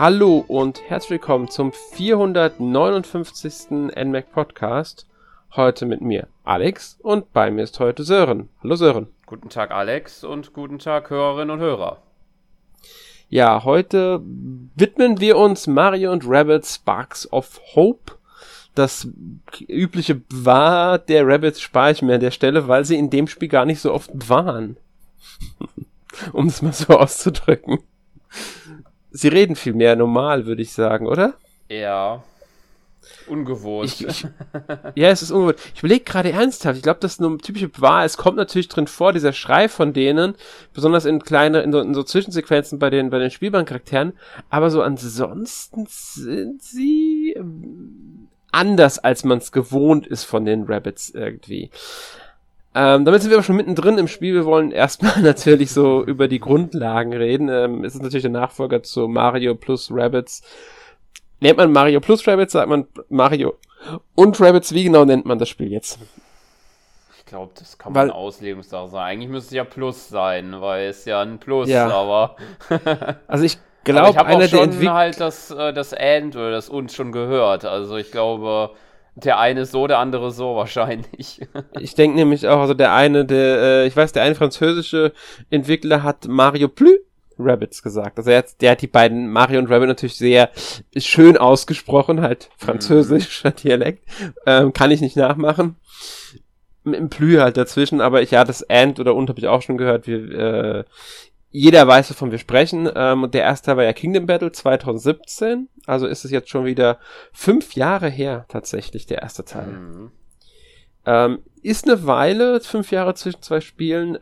Hallo und herzlich willkommen zum 459. NMAC Podcast. Heute mit mir Alex und bei mir ist heute Sören. Hallo Sören. Guten Tag Alex und guten Tag Hörerinnen und Hörer. Ja, heute widmen wir uns Mario & Rabbids Sparks of Hope. Das übliche war der Rabbids spare ich mir an der Stelle, weil sie in dem Spiel gar nicht so oft waren. Um es mal so auszudrücken. Sie reden viel mehr normal, würde ich sagen, oder? Ja, ungewohnt. Ja, es ist ungewohnt. Ich überlege gerade ernsthaft, ich glaube, das ist eine typische Wahl. Es kommt natürlich drin vor, dieser Schrei von denen, besonders in so Zwischensequenzen bei den spielbaren Charakteren, aber so ansonsten sind sie anders, als man es gewohnt ist von den Rabbids irgendwie. Damit sind wir aber schon mittendrin im Spiel. Wir wollen erstmal natürlich so über die Grundlagen reden. Es ist natürlich der Nachfolger zu Mario plus Rabbids. Nennt man Mario plus Rabbids, sagt man Mario und Rabbids. Wie genau nennt man das Spiel jetzt? Ich glaube, das kann man Auslegungssache sein. Eigentlich müsste es ja Plus sein, weil es ja ein Plus, ja. Aber... Also ich glaube, ich habe auch schon halt das And oder das Und schon gehört. Also ich glaube... Der eine so, der andere so wahrscheinlich. Ich denke nämlich auch, also der eine französische Entwickler hat Mario plus Rabbids gesagt. Also der hat die beiden Mario und Rabbids natürlich sehr schön ausgesprochen, halt französischer Dialekt. Kann ich nicht nachmachen. Mit dem Plü halt dazwischen, aber das And oder Und habe ich auch schon gehört. Jeder weiß, wovon wir sprechen. Und der erste war ja Kingdom Battle 2017. Also ist es jetzt schon wieder 5 Jahre her, tatsächlich, der erste Teil. Ist eine Weile, 5 Jahre zwischen zwei Spielen.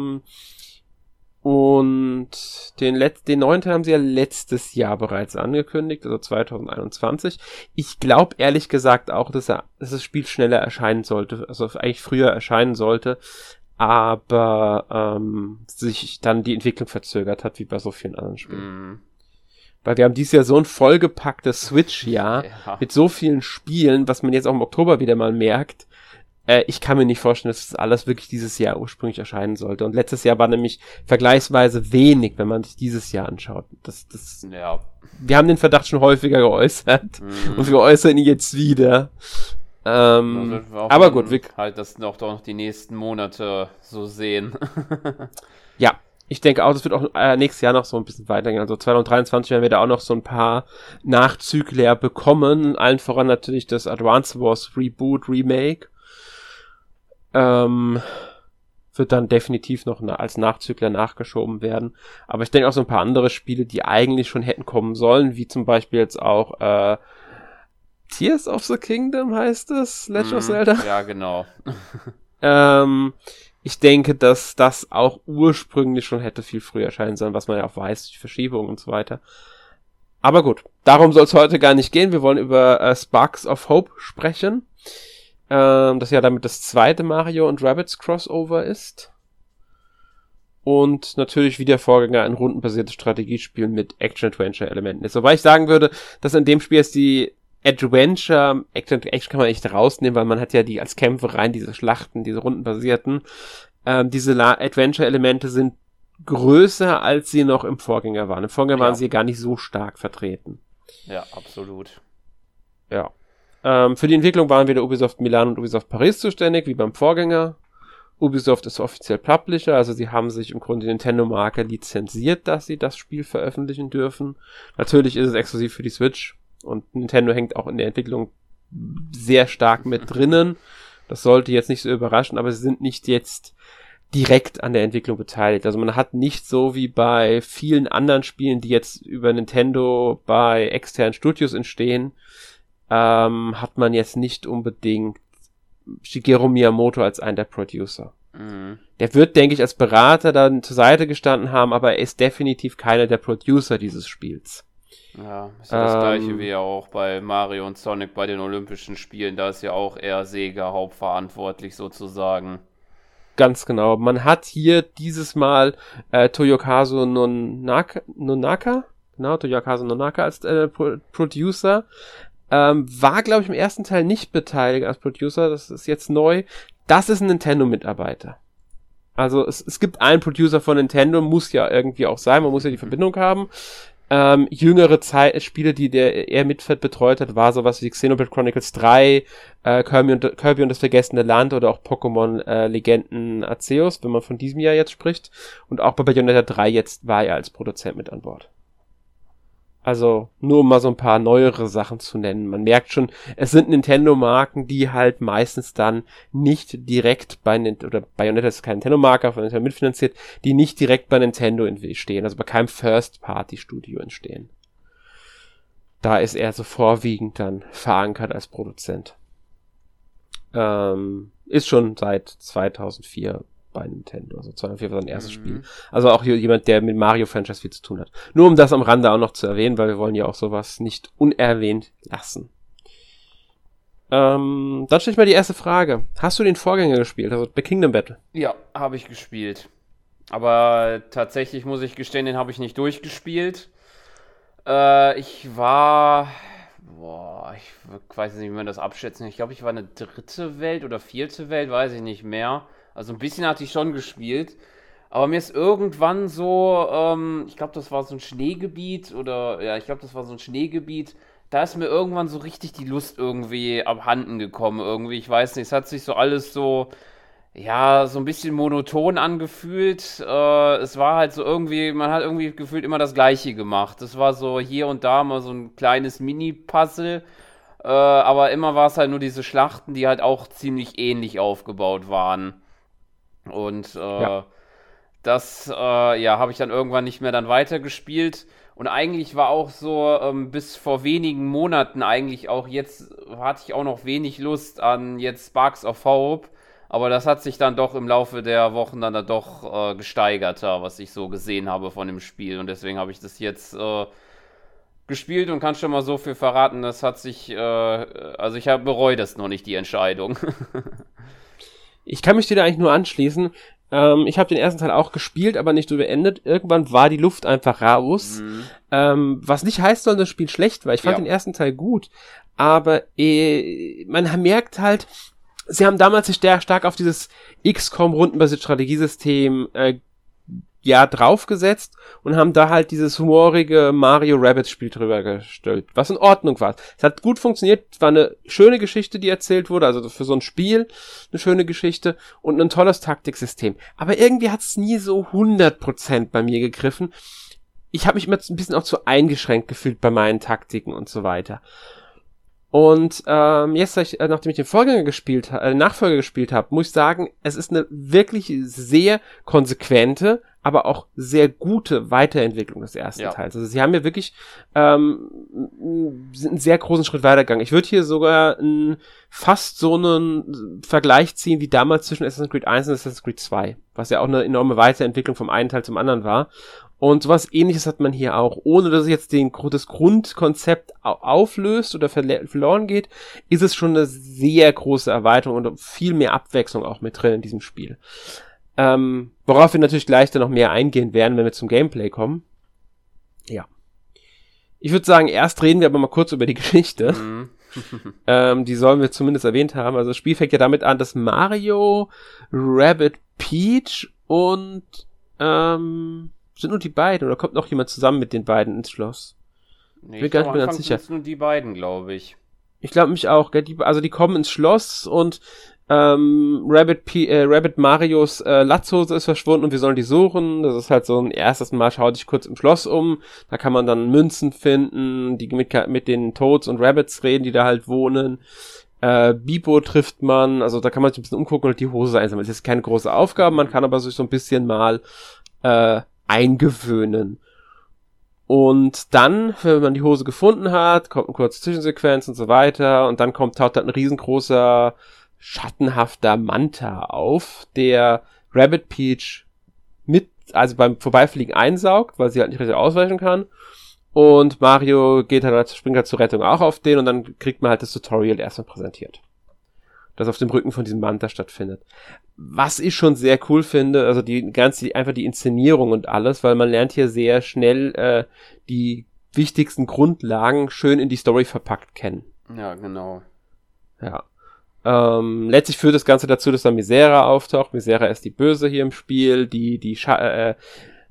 Und den neuen Teil haben sie ja letztes Jahr bereits angekündigt, also 2021. Ich glaube ehrlich gesagt auch, dass das Spiel schneller erscheinen sollte, also eigentlich früher erscheinen sollte. Aber sich dann die Entwicklung verzögert hat, wie bei so vielen anderen Spielen. Weil wir haben dieses Jahr so ein vollgepacktes Switch-Jahr mit so vielen Spielen, was man jetzt auch im Oktober wieder mal merkt. Ich kann mir nicht vorstellen, dass das alles wirklich dieses Jahr ursprünglich erscheinen sollte. Und letztes Jahr war nämlich vergleichsweise wenig, wenn man sich dieses Jahr anschaut. Wir haben den Verdacht schon häufiger geäußert und wir äußern ihn jetzt wieder. Aber gut, halt das noch die nächsten Monate so sehen. Ja, ich denke auch, das wird auch nächstes Jahr noch so ein bisschen weitergehen. Also 2023 werden wir da auch noch so ein paar Nachzügler bekommen. Allen voran natürlich das Advance Wars Reboot Remake. Wird dann definitiv noch als Nachzügler nachgeschoben werden. Aber ich denke auch so ein paar andere Spiele, die eigentlich schon hätten kommen sollen, wie zum Beispiel jetzt auch Tears of the Kingdom heißt es? Legend of Zelda? Ja, genau. Ich denke, dass das auch ursprünglich schon hätte viel früher erscheinen sollen, was man ja auch weiß, die Verschiebung und so weiter. Aber gut, darum soll es heute gar nicht gehen. Wir wollen über Sparks of Hope sprechen. Das ja damit das zweite Mario und Rabbids Crossover ist. Und natürlich wie der Vorgänger ein rundenbasiertes Strategiespiel mit Action-Adventure-Elementen ist. Wobei ich sagen würde, dass in dem Spiel jetzt die Action kann man echt rausnehmen, weil man hat ja die als Kämpfe rein, diese Schlachten, diese rundenbasierten. Diese Adventure-Elemente sind größer, als sie noch im Vorgänger waren. Im Vorgänger waren sie gar nicht so stark vertreten. Ja, absolut. Ja. Für die Entwicklung waren wieder Ubisoft Milan und Ubisoft Paris zuständig, wie beim Vorgänger. Ubisoft ist offiziell Publisher, also sie haben sich im Grunde die Nintendo-Marke lizenziert, dass sie das Spiel veröffentlichen dürfen. Natürlich ist es exklusiv für die Switch. Und Nintendo hängt auch in der Entwicklung sehr stark mit drinnen. Das sollte jetzt nicht so überraschen, aber sie sind nicht jetzt direkt an der Entwicklung beteiligt. Also man hat nicht so wie bei vielen anderen Spielen, die jetzt über Nintendo bei externen Studios entstehen, hat man jetzt nicht unbedingt Shigeru Miyamoto als einen der Producer. Der wird, denke ich, als Berater dann zur Seite gestanden haben, aber er ist definitiv keiner der Producer dieses Spiels. Ja, ist ja das gleiche wie ja auch bei Mario und Sonic bei den Olympischen Spielen. Da ist ja auch eher Sega hauptverantwortlich sozusagen. Ganz genau. Man hat hier dieses Mal Toyokazu Nonaka? Genau, Toyokazu Nonaka als Producer. War, glaube ich, im ersten Teil nicht beteiligt als Producer. Das ist jetzt neu. Das ist ein Nintendo-Mitarbeiter. Also es gibt einen Producer von Nintendo, muss ja irgendwie auch sein. Man muss ja die Verbindung haben. Jüngere Spiele, die er betreut hat, war sowas wie Xenoblade Chronicles 3, Kirby und das vergessene Land oder auch Pokémon Legenden Arceus, wenn man von diesem Jahr jetzt spricht. Und auch bei Bayonetta 3 jetzt war er als Produzent mit an Bord. Also, nur um mal so ein paar neuere Sachen zu nennen. Man merkt schon, es sind Nintendo-Marken, die halt meistens dann nicht direkt oder Bayonetta ist kein Nintendo-Marke, von Nintendo mitfinanziert, die nicht direkt bei Nintendo entstehen, also bei keinem First-Party-Studio entstehen. Da ist er so vorwiegend dann verankert als Produzent. Ist schon seit 2004 bei Nintendo. Also 2004 war sein erstes Spiel. Also auch jemand, der mit Mario-Franchise viel zu tun hat. Nur um das am Rande auch noch zu erwähnen, weil wir wollen ja auch sowas nicht unerwähnt lassen. Dann stelle ich mal die erste Frage. Hast du den Vorgänger gespielt, also The Kingdom Battle? Ja, habe ich gespielt. Aber tatsächlich muss ich gestehen, den habe ich nicht durchgespielt. Ich war... ich weiß nicht, wie man das abschätzen. Ich glaube, ich war eine 3. Welt oder 4. Welt, weiß ich nicht mehr. Also ein bisschen hatte ich schon gespielt, aber mir ist irgendwann so, ich glaube, das war so ein Schneegebiet da ist mir irgendwann so richtig die Lust irgendwie abhanden gekommen irgendwie. Ich weiß nicht, es hat sich so alles so, ja, so ein bisschen monoton angefühlt. Es war halt so irgendwie, man hat irgendwie gefühlt immer das Gleiche gemacht. Es war so hier und da mal so ein kleines Mini-Puzzle. Aber immer war es halt nur diese Schlachten, die halt auch ziemlich ähnlich aufgebaut waren. Und das habe ich dann irgendwann nicht mehr dann weitergespielt. Und eigentlich war auch so bis vor wenigen Monaten eigentlich auch jetzt, hatte ich auch noch wenig Lust an jetzt Sparks of Hope. Aber das hat sich dann doch im Laufe der Wochen dann doch gesteigerter, was ich so gesehen habe von dem Spiel. Und deswegen habe ich das jetzt gespielt und kann schon mal so viel verraten, das hat sich, also ich bereue das noch nicht, die Entscheidung. Ich kann mich dir da eigentlich nur anschließen. Ich habe den ersten Teil auch gespielt, aber nicht so beendet. Irgendwann war die Luft einfach raus. Was nicht heißt, dass das Spiel schlecht war. Ich fand den ersten Teil gut. Aber man merkt halt, sie haben damals sich sehr stark auf dieses XCOM-rundenbasierte Strategiesystem draufgesetzt und haben da halt dieses humorige Mario Rabbids Spiel drüber gestellt, was in Ordnung war. Es hat gut funktioniert, war eine schöne Geschichte, die erzählt wurde, also für so ein Spiel eine schöne Geschichte und ein tolles Taktiksystem. Aber irgendwie hat es nie so 100% bei mir gegriffen. Ich habe mich immer ein bisschen auch zu eingeschränkt gefühlt bei meinen Taktiken und so weiter. Und jetzt, nachdem ich den Nachfolger gespielt habe, muss ich sagen, es ist eine wirklich sehr konsequente, aber auch sehr gute Weiterentwicklung des ersten Teils. Also sie haben ja wirklich sind einen sehr großen Schritt weitergegangen. Ich würde hier sogar fast so einen Vergleich ziehen wie damals zwischen Assassin's Creed 1 und Assassin's Creed 2, was ja auch eine enorme Weiterentwicklung vom einen Teil zum anderen war. Und sowas Ähnliches hat man hier auch. Ohne dass es jetzt das Grundkonzept auflöst oder verloren geht, ist es schon eine sehr große Erweiterung und viel mehr Abwechslung auch mit drin in diesem Spiel. Worauf wir natürlich gleich dann noch mehr eingehen werden, wenn wir zum Gameplay kommen. Ja. Ich würde sagen, erst reden wir aber mal kurz über die Geschichte. Die sollen wir zumindest erwähnt haben. Also das Spiel fängt ja damit an, dass Mario, Rabbid, Peach und sind nur die beiden oder kommt noch jemand zusammen mit den beiden ins Schloss? Nee, ich bin ganz sicher. Sind nur die beiden, glaube ich. Ich glaube mich auch, gell? Die kommen ins Schloss und Rabbid Marios Latzhose ist verschwunden und wir sollen die suchen. Das ist halt so ein erstes Mal, schau dich kurz im Schloss um. Da kann man dann Münzen finden, die mit den Toads und Rabbits reden, die da halt wohnen. Bibo trifft man, also da kann man sich ein bisschen umgucken und die Hose einsammeln. Das ist keine große Aufgabe, man kann aber sich so ein bisschen mal eingewöhnen. Und dann, wenn man die Hose gefunden hat, kommt eine kurze Zwischensequenz und so weiter und dann taucht ein riesengroßer schattenhafter Manta auf, der Rabbid Peach beim Vorbeifliegen einsaugt, weil sie halt nicht richtig ausweichen kann. Und Mario springt halt zur Rettung auch auf den und dann kriegt man halt das Tutorial erstmal präsentiert. Das auf dem Rücken von diesem Manta stattfindet. Was ich schon sehr cool finde, also einfach die Inszenierung und alles, weil man lernt hier sehr schnell die wichtigsten Grundlagen schön in die Story verpackt kennen. Ja, genau. Ja. Letztlich führt das Ganze dazu, dass da Misera auftaucht. Misera ist die Böse hier im Spiel, die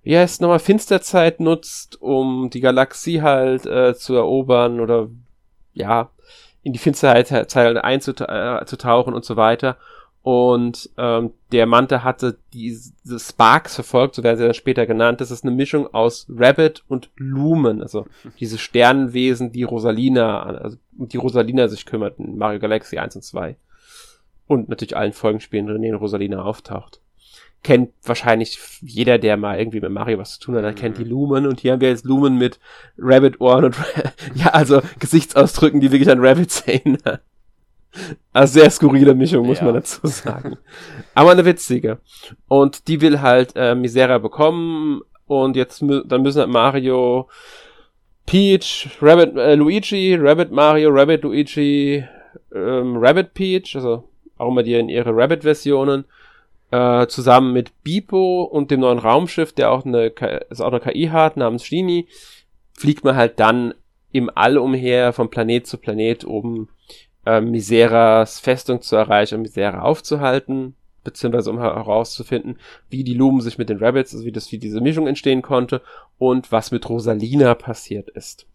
wie heißt es nochmal, Finsterzeit nutzt, um die Galaxie halt zu erobern oder ja, in die Finsterzeit einzutauchen und so weiter. Und der Manta hatte diese Sparks verfolgt, so werden sie dann später genannt. Das ist eine Mischung aus Rabbit und Lumen, also diese Sternenwesen, die um die Rosalina sich kümmert in Mario Galaxy 1 und 2. Und natürlich allen Folgenspielen, in denen Rosalina auftaucht. Kennt wahrscheinlich jeder, der mal irgendwie mit Mario was zu tun hat, kennt die Lumen. Und hier haben wir jetzt Lumen mit Rabbit-Ohren und ja, also Gesichtsausdrücken, die wirklich an Rabbits erinnern. Also sehr skurrile Mischung, muss man dazu sagen. Aber eine witzige. Und die will halt Misera bekommen. Und jetzt dann müssen halt Mario, Peach, Luigi, Rabbit Mario, Rabbit Luigi, Rabbit Peach, also auch immer die in ihre Rabbit-Versionen, zusammen mit Beepo und dem neuen Raumschiff, der auch eine KI hat, namens Genie, fliegt man halt dann im All umher, von Planet zu Planet, um Miseras Festung zu erreichen und Misera aufzuhalten, beziehungsweise um herauszufinden, wie die Lumen sich mit den Rabbits, also wie diese Mischung entstehen konnte und was mit Rosalina passiert ist.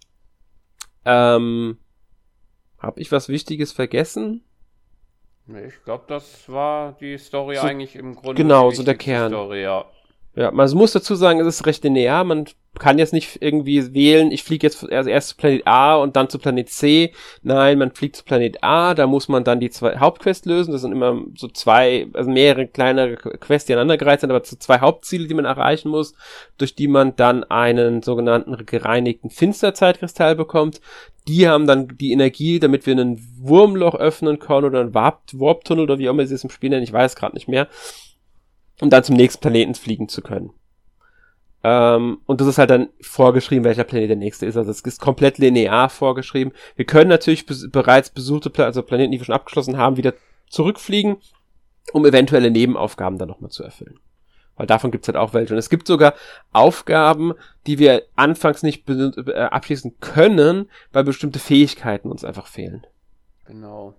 Habe ich was Wichtiges vergessen? Ich glaube, das war die Story so, eigentlich im Grunde. Genau, so der Kern. Story, ja. Ja, man muss dazu sagen, es ist recht linear. Man kann jetzt nicht irgendwie wählen, ich fliege jetzt erst zu Planet A und dann zu Planet C. Nein, man fliegt zu Planet A, da muss man dann die 2 Hauptquests lösen. Das sind immer so mehrere kleinere Quests, die aneinandergereiht sind, aber so 2 Hauptziele, die man erreichen muss, durch die man dann einen sogenannten gereinigten Finsterzeitkristall bekommt. Die haben dann die Energie, damit wir ein Wurmloch öffnen können oder ein Warp-Tunnel oder wie auch immer sie es im Spiel nennen, ich weiß gerade nicht mehr, um dann zum nächsten Planeten fliegen zu können. Und das ist halt dann vorgeschrieben, welcher Planet der nächste ist. Also es ist komplett linear vorgeschrieben. Wir können natürlich bereits besuchte Planeten, die wir schon abgeschlossen haben, wieder zurückfliegen, um eventuelle Nebenaufgaben dann nochmal zu erfüllen. Weil davon gibt's halt auch welche. Und es gibt sogar Aufgaben, die wir anfangs nicht abschließen können, weil bestimmte Fähigkeiten uns einfach fehlen. Genau.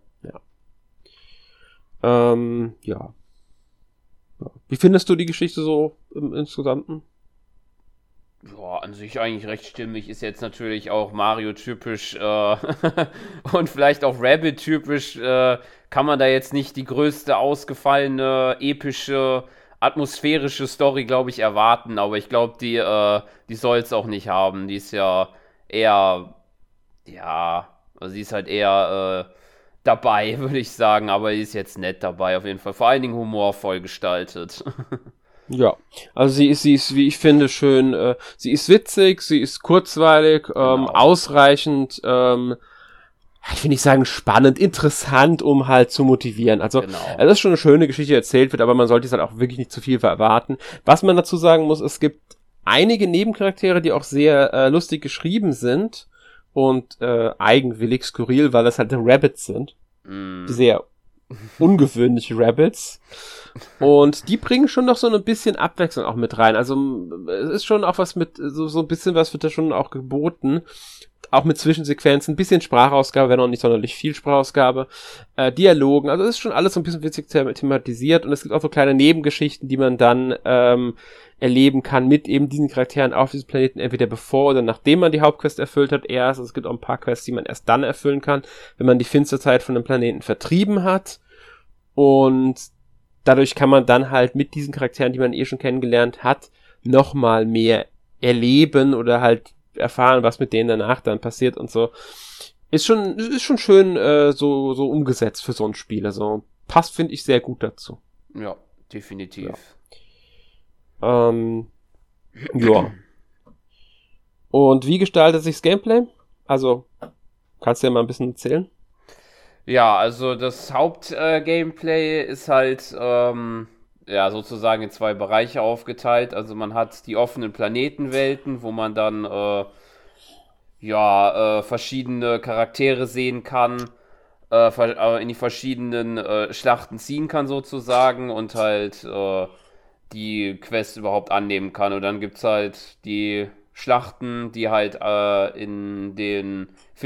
Ja. Ja. Wie findest du die Geschichte so insgesamt? Ja, an sich eigentlich recht stimmig. Ist jetzt natürlich auch Mario-typisch und vielleicht auch Rabbit-typisch. Kann man da jetzt nicht die größte, ausgefallene, epische, atmosphärische Story, glaube ich, erwarten. Aber ich glaube, die soll es auch nicht haben. Die ist ja eher, also sie ist halt eher dabei, würde ich sagen. Aber die ist jetzt nett dabei auf jeden Fall. Vor allen Dingen humorvoll gestaltet. Ja, also sie ist, wie ich finde, schön, sie ist witzig, sie ist kurzweilig, genau. Ausreichend, ich will nicht sagen spannend, interessant, um halt zu motivieren. Also, genau. Es ist schon eine schöne Geschichte, die erzählt wird, aber man sollte es halt auch wirklich nicht zu viel erwarten. Was man dazu sagen muss, es gibt einige Nebencharaktere, die auch sehr lustig geschrieben sind und eigenwillig skurril, weil das halt Rabbits sind. Sehr ungewöhnliche Rabbits. Und die bringen schon noch so ein bisschen Abwechslung auch mit rein. Also es ist schon auch was mit, so ein bisschen was wird da schon auch geboten. Auch mit Zwischensequenzen, ein bisschen Sprachausgabe, wenn auch nicht sonderlich viel Sprachausgabe. Dialogen, also es ist schon alles so ein bisschen witzig thematisiert. Und es gibt auch so kleine Nebengeschichten, die man dann erleben kann mit eben diesen Charakteren auf diesem Planeten, entweder bevor oder nachdem man die Hauptquest erfüllt hat erst. Also es gibt auch ein paar Quests, die man erst dann erfüllen kann, wenn man die Finsterzeit von dem Planeten vertrieben hat. Und dadurch kann man dann halt mit diesen Charakteren, die man schon kennengelernt hat, nochmal mehr erleben oder halt erfahren, was mit denen danach dann passiert und so. Ist schon schön so umgesetzt für so ein Spiel. Also passt, finde ich, sehr gut dazu. Ja, definitiv. Ja. Und wie gestaltet sich das Gameplay? Also, kannst du ja mal ein bisschen erzählen? Ja, also das Hauptgameplay ist halt sozusagen in 2 Bereiche aufgeteilt. Also man hat die offenen Planetenwelten, wo man dann verschiedene Charaktere sehen kann, in die verschiedenen Schlachten ziehen kann sozusagen und halt die Quest überhaupt annehmen kann. Und dann gibt's halt die Schlachten, die halt in den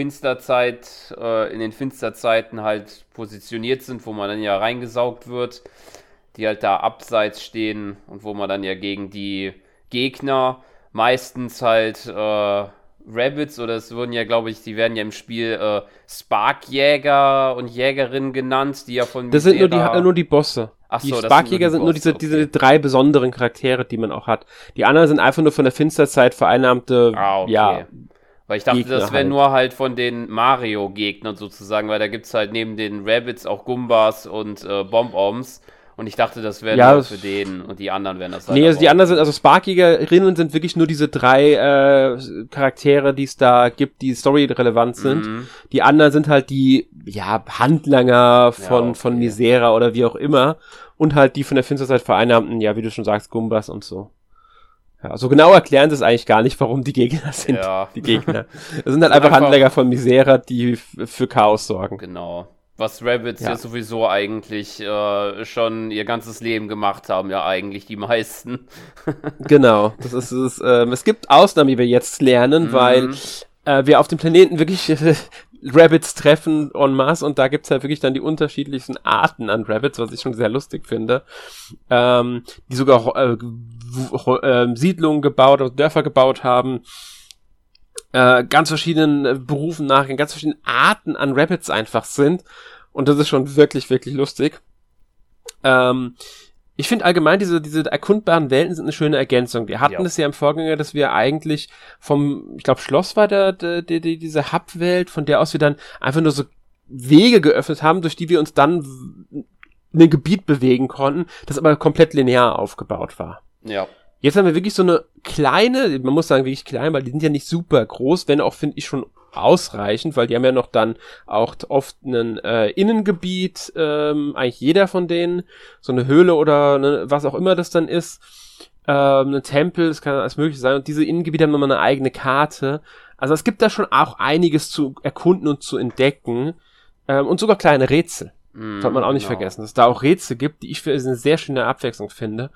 Finsterzeiten halt positioniert sind, wo man dann ja reingesaugt wird, die halt da abseits stehen und wo man dann ja gegen die Gegner meistens halt Rabbits, oder es wurden ja, glaube ich, die werden ja im Spiel Sparkjäger und Jägerinnen genannt, die ja von Das sind nur die Bosse. Ach Die so, das Sparkjäger sind nur Bosse, diese 3 besonderen Charaktere, die man auch hat. Die anderen sind einfach nur von der Finsterzeit vereinnahmte, okay. ja, Weil ich dachte, Gegner das wäre halt. nur halt von den Mario-Gegnern sozusagen, weil da gibt's halt neben den Rabbits auch Gumbas und Bomb-Oms. Und ich dachte, das wäre nur für den und die anderen wären das halt. Nee, also die anderen sind, also Sparkjägerinnen sind wirklich nur diese 3 Charaktere, die es da gibt, die storyrelevant sind. Die anderen sind halt die, ja, Handlanger von Misera oder wie auch immer. Und halt die von der Finsterzeit vereinnahmten, ja, wie du schon sagst, Gumbas und so. Ja, so genau erklären sie es eigentlich gar nicht, warum die Gegner sind. Ja. Die Gegner. Das sind halt einfach Handlanger von Misera, die für Chaos sorgen. Genau. Was Rabbits ja sowieso eigentlich schon ihr ganzes Leben gemacht haben, ja eigentlich die meisten. Genau, das ist es. Es gibt Ausnahmen, die wir jetzt lernen, weil wir auf dem Planeten wirklich Rabbits treffen en masse und da gibt's halt wirklich dann die unterschiedlichsten Arten an Rabbits, was ich schon sehr lustig finde, die sogar Siedlungen gebaut oder Dörfer gebaut haben, ganz verschiedenen Berufen nachgehen, ganz verschiedene Arten an Rabbits einfach sind. Und das ist schon wirklich, wirklich lustig. Ich finde allgemein, diese erkundbaren Welten sind eine schöne Ergänzung. Wir hatten es ja im Vorgänger, dass wir eigentlich ich glaube Schloss war diese Hub-Welt, von der aus wir dann einfach nur so Wege geöffnet haben, durch die wir uns dann in ein Gebiet bewegen konnten, das aber komplett linear aufgebaut war. Ja. Jetzt haben wir wirklich so eine kleine, man muss sagen wirklich klein, weil die sind ja nicht super groß, wenn auch, finde ich, schon ausreichend, weil die haben ja noch dann auch oft ein Innengebiet, eigentlich jeder von denen, so eine Höhle oder was auch immer das dann ist, ein Tempel, das kann alles mögliche sein und diese Innengebiete haben nochmal eine eigene Karte. Also es gibt da schon auch einiges zu erkunden und zu entdecken und sogar kleine Rätsel. Sollte man auch nicht vergessen, dass es da auch Rätsel gibt, die ich für eine sehr schöne Abwechslung finde.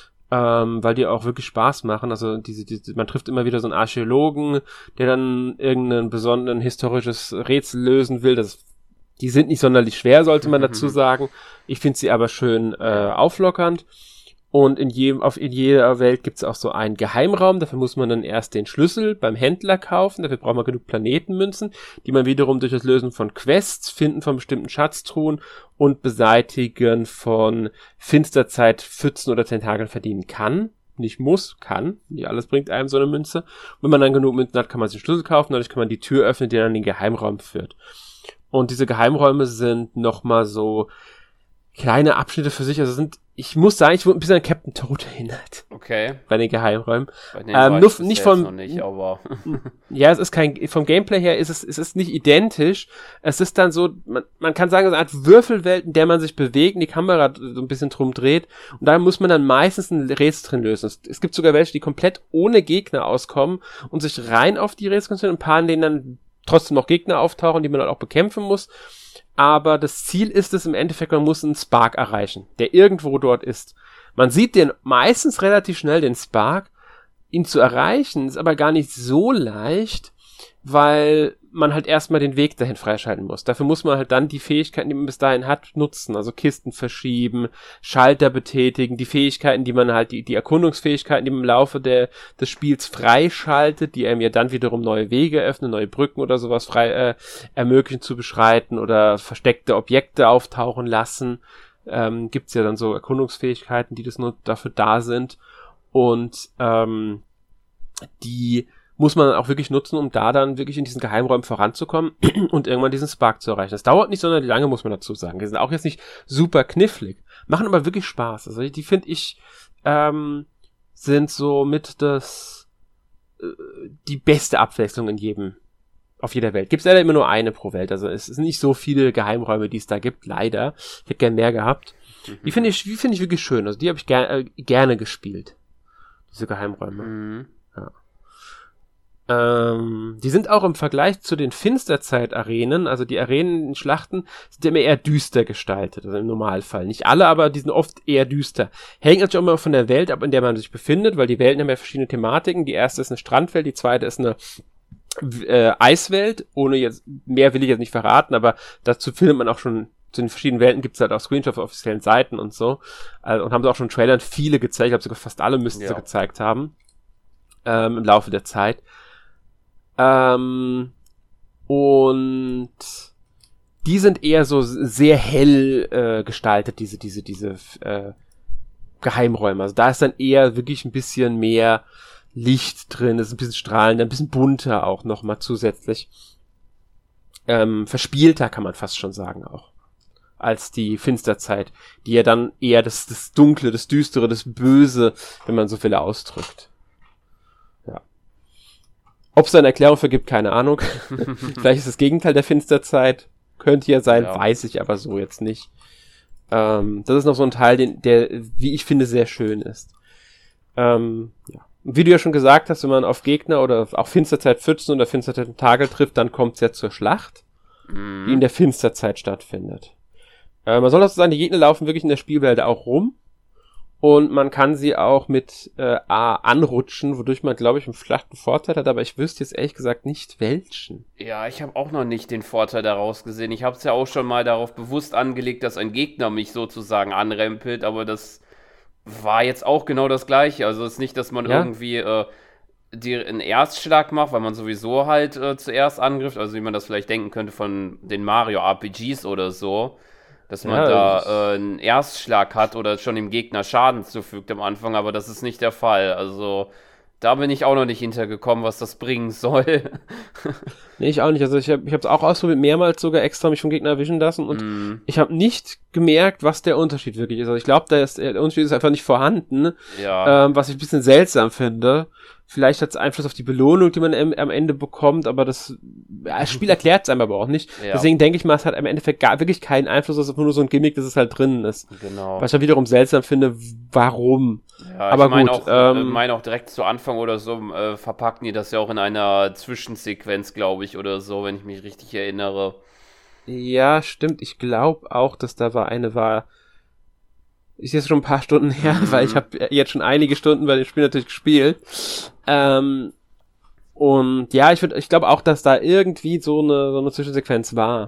Weil die auch wirklich Spaß machen. Also man trifft immer wieder so einen Archäologen, der dann irgendein besonderes historisches Rätsel lösen will. Die sind nicht sonderlich schwer, sollte man dazu sagen. Ich finde sie aber schön auflockernd. Und in jeder Welt gibt es auch so einen Geheimraum. Dafür muss man dann erst den Schlüssel beim Händler kaufen. Dafür braucht man genug Planetenmünzen, die man wiederum durch das Lösen von Quests, Finden von bestimmten Schatztruhen und Beseitigen von Finsterzeit-Pfützen oder Tentakeln verdienen kann. Nicht muss, kann. Nicht alles bringt einem so eine Münze. Und wenn man dann genug Münzen hat, kann man sich den Schlüssel kaufen. Dadurch kann man die Tür öffnen, die dann in den Geheimraum führt. Und diese Geheimräume sind nochmal so kleine Abschnitte für sich. Also ich muss sagen, ich wurde ein bisschen an Captain Toad erinnert. Okay. Bei den Geheimräumen. Bei den nur nicht vom, noch nicht, aber ja, es ist vom Gameplay her ist es nicht identisch. Es ist dann so, man kann sagen, so eine Art Würfelwelt, in der man sich bewegt, die Kamera so ein bisschen drum dreht. Und da muss man dann meistens ein Rätsel drin lösen. Es gibt sogar welche, die komplett ohne Gegner auskommen und sich rein auf die Rätsel konzentrieren. Ein paar, in denen dann trotzdem noch Gegner auftauchen, die man dann auch bekämpfen muss. Aber das Ziel ist es im Endeffekt, man muss einen Spark erreichen, der irgendwo dort ist. Man sieht den meistens relativ schnell, den Spark. Ihn zu erreichen ist aber gar nicht so leicht, weil man halt erstmal den Weg dahin freischalten muss. Dafür muss man halt dann die Fähigkeiten, die man bis dahin hat, nutzen. Also Kisten verschieben, Schalter betätigen, die Fähigkeiten, die man halt, die Erkundungsfähigkeiten, die man im Laufe des Spiels freischaltet, die einem ja dann wiederum neue Wege öffnen, neue Brücken oder sowas ermöglichen zu beschreiten oder versteckte Objekte auftauchen lassen. Gibt's ja dann so Erkundungsfähigkeiten, die das nur dafür da sind. Und die muss man auch wirklich nutzen, um da dann wirklich in diesen Geheimräumen voranzukommen und irgendwann diesen Spark zu erreichen. Das dauert nicht sonderlich lange, muss man dazu sagen. Die sind auch jetzt nicht super knifflig, machen aber wirklich Spaß. Also die finde ich sind so mit die beste Abwechslung auf jeder Welt. Gibt es leider immer nur eine pro Welt. Also es sind nicht so viele Geheimräume, die es da gibt, leider. Ich hätte gern mehr gehabt. Die finde ich wirklich schön. Also die habe ich gerne gespielt. Diese Geheimräume. Ja. Die sind auch im Vergleich zu den Finsterzeit-Arenen, also die Arenen in Schlachten, sind immer eher düster gestaltet, also im Normalfall. Nicht alle, aber die sind oft eher düster. Hängt natürlich auch immer von der Welt ab, in der man sich befindet, weil die Welten haben ja verschiedene Thematiken. Die erste ist eine Strandwelt, die zweite ist eine Eiswelt. Ohne jetzt, mehr will ich jetzt nicht verraten, aber dazu findet man auch schon, zu den verschiedenen Welten gibt es halt auch Screenshots auf offiziellen Seiten und so. Und haben sie auch schon in Trailern viele gezeigt, ich glaube sogar fast alle müssten sie gezeigt haben. im Laufe der Zeit. Und die sind eher so sehr hell gestaltet, diese Geheimräume. Also da ist dann eher wirklich ein bisschen mehr Licht drin, ist ein bisschen strahlender, ein bisschen bunter auch nochmal zusätzlich. Verspielter kann man fast schon sagen auch. Als die Finsterzeit, die ja dann eher das Dunkle, das Düstere, das Böse, wenn man so will, ausdrückt. Ja. Ob es da eine Erklärung für gibt, keine Ahnung. Vielleicht ist das Gegenteil der Finsterzeit. Könnte ja sein, weiß ich aber so jetzt nicht. Das ist noch so ein Teil, der, wie ich finde, sehr schön ist. Ja. Wie du ja schon gesagt hast, wenn man auf Gegner oder auch Finsterzeit Pfützen oder Finsterzeit Tagel trifft, dann kommt es ja zur Schlacht, die in der Finsterzeit stattfindet. Man soll auch so sagen, die Gegner laufen wirklich in der Spielwelt auch rum und man kann sie auch mit A anrutschen, wodurch man, glaube ich, einen flachen Vorteil hat, aber ich wüsste jetzt ehrlich gesagt nicht welchen. Ja, ich habe auch noch nicht den Vorteil daraus gesehen. Ich habe es ja auch schon mal darauf bewusst angelegt, dass ein Gegner mich sozusagen anrempelt, aber das war jetzt auch genau das Gleiche. Also es ist nicht, dass man irgendwie einen Erstschlag macht, weil man sowieso halt zuerst angreift, also wie man das vielleicht denken könnte von den Mario RPGs oder so, dass man einen Erstschlag hat oder schon dem Gegner Schaden zufügt am Anfang, aber das ist nicht der Fall. Also da bin ich auch noch nicht hintergekommen, was das bringen soll. Nee, ich auch nicht. Also ich habe es auch ausprobiert, mehrmals sogar extra mich vom Gegner erwischen lassen und ich habe nicht gemerkt, was der Unterschied wirklich ist. Also ich glaube, der Unterschied ist einfach nicht vorhanden, was ich ein bisschen seltsam finde. Vielleicht hat es Einfluss auf die Belohnung, die man am Ende bekommt, aber das Spiel erklärt es einem aber auch nicht. Ja. Deswegen denke ich mal, es hat im Endeffekt wirklich keinen Einfluss, es ist nur so ein Gimmick, dass es halt drinnen ist. Genau. Was ich dann wiederum seltsam finde, warum. Ja, aber ich meine auch direkt zu Anfang oder so, verpacken die das ja auch in einer Zwischensequenz, glaube ich, oder so, wenn ich mich richtig erinnere. Ja, stimmt. Ich glaube auch, dass da ist jetzt schon ein paar Stunden her, weil ich habe jetzt schon einige Stunden bei dem Spiel natürlich gespielt. Und ja, ich glaube auch, dass da irgendwie so eine Zwischensequenz war.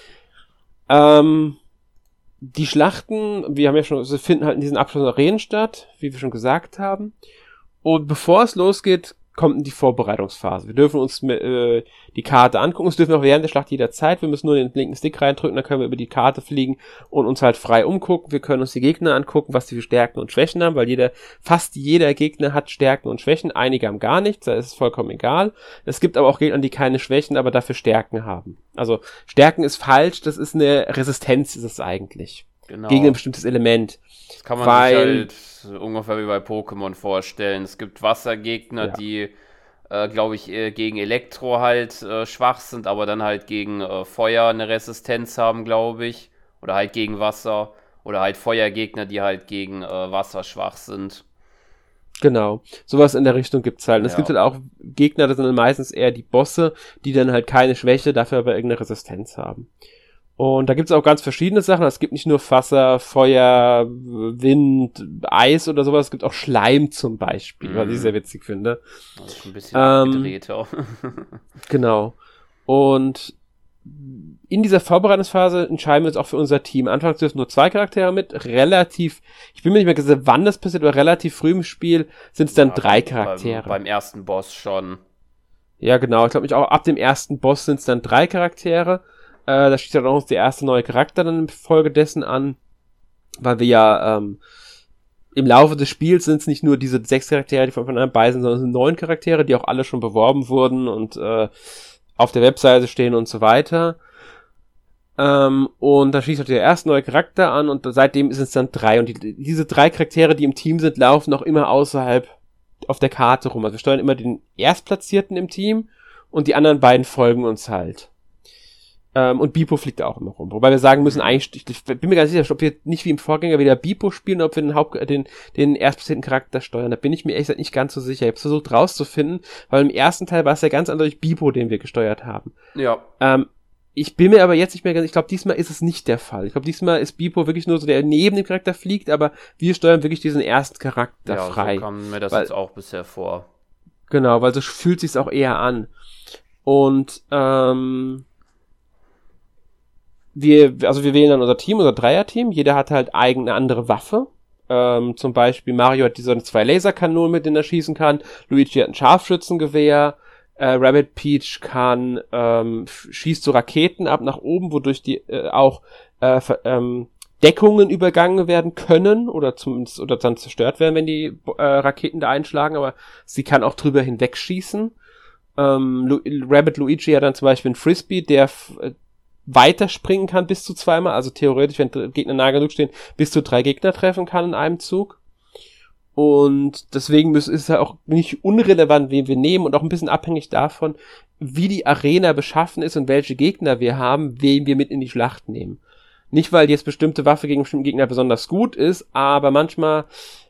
Die Schlachten, sie finden halt in diesen Abschlussarenen statt, wie wir schon gesagt haben. Und bevor es losgeht, kommt in die Vorbereitungsphase. Wir dürfen uns die Karte angucken. Es dürfen auch während der Schlacht jederzeit. Wir müssen nur den linken Stick reindrücken, dann können wir über die Karte fliegen und uns halt frei umgucken. Wir können uns die Gegner angucken, was die für Stärken und Schwächen haben, weil fast jeder Gegner hat Stärken und Schwächen. Einige haben gar nichts, da ist es vollkommen egal. Es gibt aber auch Gegner, die keine Schwächen, aber dafür Stärken haben. Also Stärken ist falsch, das ist eine Resistenz, ist es eigentlich. Genau. Gegen ein bestimmtes Element. Das kann man sich halt ungefähr wie bei Pokémon vorstellen. Es gibt Wassergegner, die, glaube ich, gegen Elektro halt schwach sind, aber dann halt gegen Feuer eine Resistenz haben, glaube ich. Oder halt gegen Wasser. Oder halt Feuergegner, die halt gegen Wasser schwach sind. Genau. Sowas in der Richtung gibt's halt. Und es gibt halt auch Gegner, das sind dann meistens eher die Bosse, die dann halt keine Schwäche, dafür aber irgendeine Resistenz haben. Und da gibt's auch ganz verschiedene Sachen. Es gibt nicht nur Wasser, Feuer, Wind, Eis oder sowas. Es gibt auch Schleim zum Beispiel, was ich sehr witzig finde. Das ist ein bisschen abgedreht auch. Genau. Und in dieser Vorbereitungsphase entscheiden wir uns auch für unser Team. Anfangs dürfen nur 2 Charaktere mit. Ich bin mir nicht mehr sicher, wann das passiert, aber relativ früh im Spiel sind es dann 3 Charaktere. Beim ersten Boss schon. Ja, genau. Ich glaube, auch ab dem ersten Boss sind es dann 3 Charaktere. Da steht dann auch der erste neue Charakter dann in Folge dessen an, weil wir ja im Laufe des Spiels sind es nicht nur diese 6 Charaktere, die von an bei sind, sondern es sind 9 Charaktere, die auch alle schon beworben wurden und auf der Webseite stehen und so weiter. Und da schließt auch der erste neue Charakter an und seitdem ist es dann 3. Und diese 3 Charaktere, die im Team sind, laufen auch immer außerhalb auf der Karte rum. Also wir steuern immer den Erstplatzierten im Team und die anderen beiden folgen uns halt. Und Bipo fliegt auch immer rum. Wobei wir sagen müssen, eigentlich, ich bin mir ganz sicher, ob wir nicht wie im Vorgänger wieder Bipo spielen, ob wir den erstplatzierten Charakter steuern. Da bin ich mir ehrlich gesagt nicht ganz so sicher. Ich habe versucht rauszufinden, weil im ersten Teil war es ja ganz eindeutig Bipo, den wir gesteuert haben. Ja. Ich bin mir aber jetzt nicht mehr ganz, ich glaube, diesmal ist es nicht der Fall. Ich glaube, diesmal ist Bipo wirklich nur so, der neben dem Charakter fliegt, aber wir steuern wirklich diesen ersten Charakter frei. Ja, so kam mir das jetzt auch bisher vor. Genau, weil so fühlt sich's auch eher an. Und, wir wählen dann unser Team, unser Dreierteam. Jeder hat halt eine andere Waffe. Zum Beispiel Mario hat diese 2 Laserkanonen, mit denen er schießen kann. Luigi hat ein Scharfschützengewehr. Rabbit Peach schießt so Raketen ab nach oben, wodurch die auch Deckungen übergangen werden können oder dann zerstört werden, wenn die Raketen da einschlagen, aber sie kann auch drüber hinwegschießen. Rabbit Luigi hat dann zum Beispiel einen Frisbee, der weiterspringen kann bis zu 2-mal, also theoretisch, wenn Gegner nah genug stehen, bis zu 3 Gegner treffen kann in einem Zug. Und deswegen ist es ja auch nicht unrelevant, wen wir nehmen und auch ein bisschen abhängig davon, wie die Arena beschaffen ist und welche Gegner wir haben, wen wir mit in die Schlacht nehmen. Nicht, weil jetzt bestimmte Waffe gegen bestimmten Gegner besonders gut ist, aber manchmal,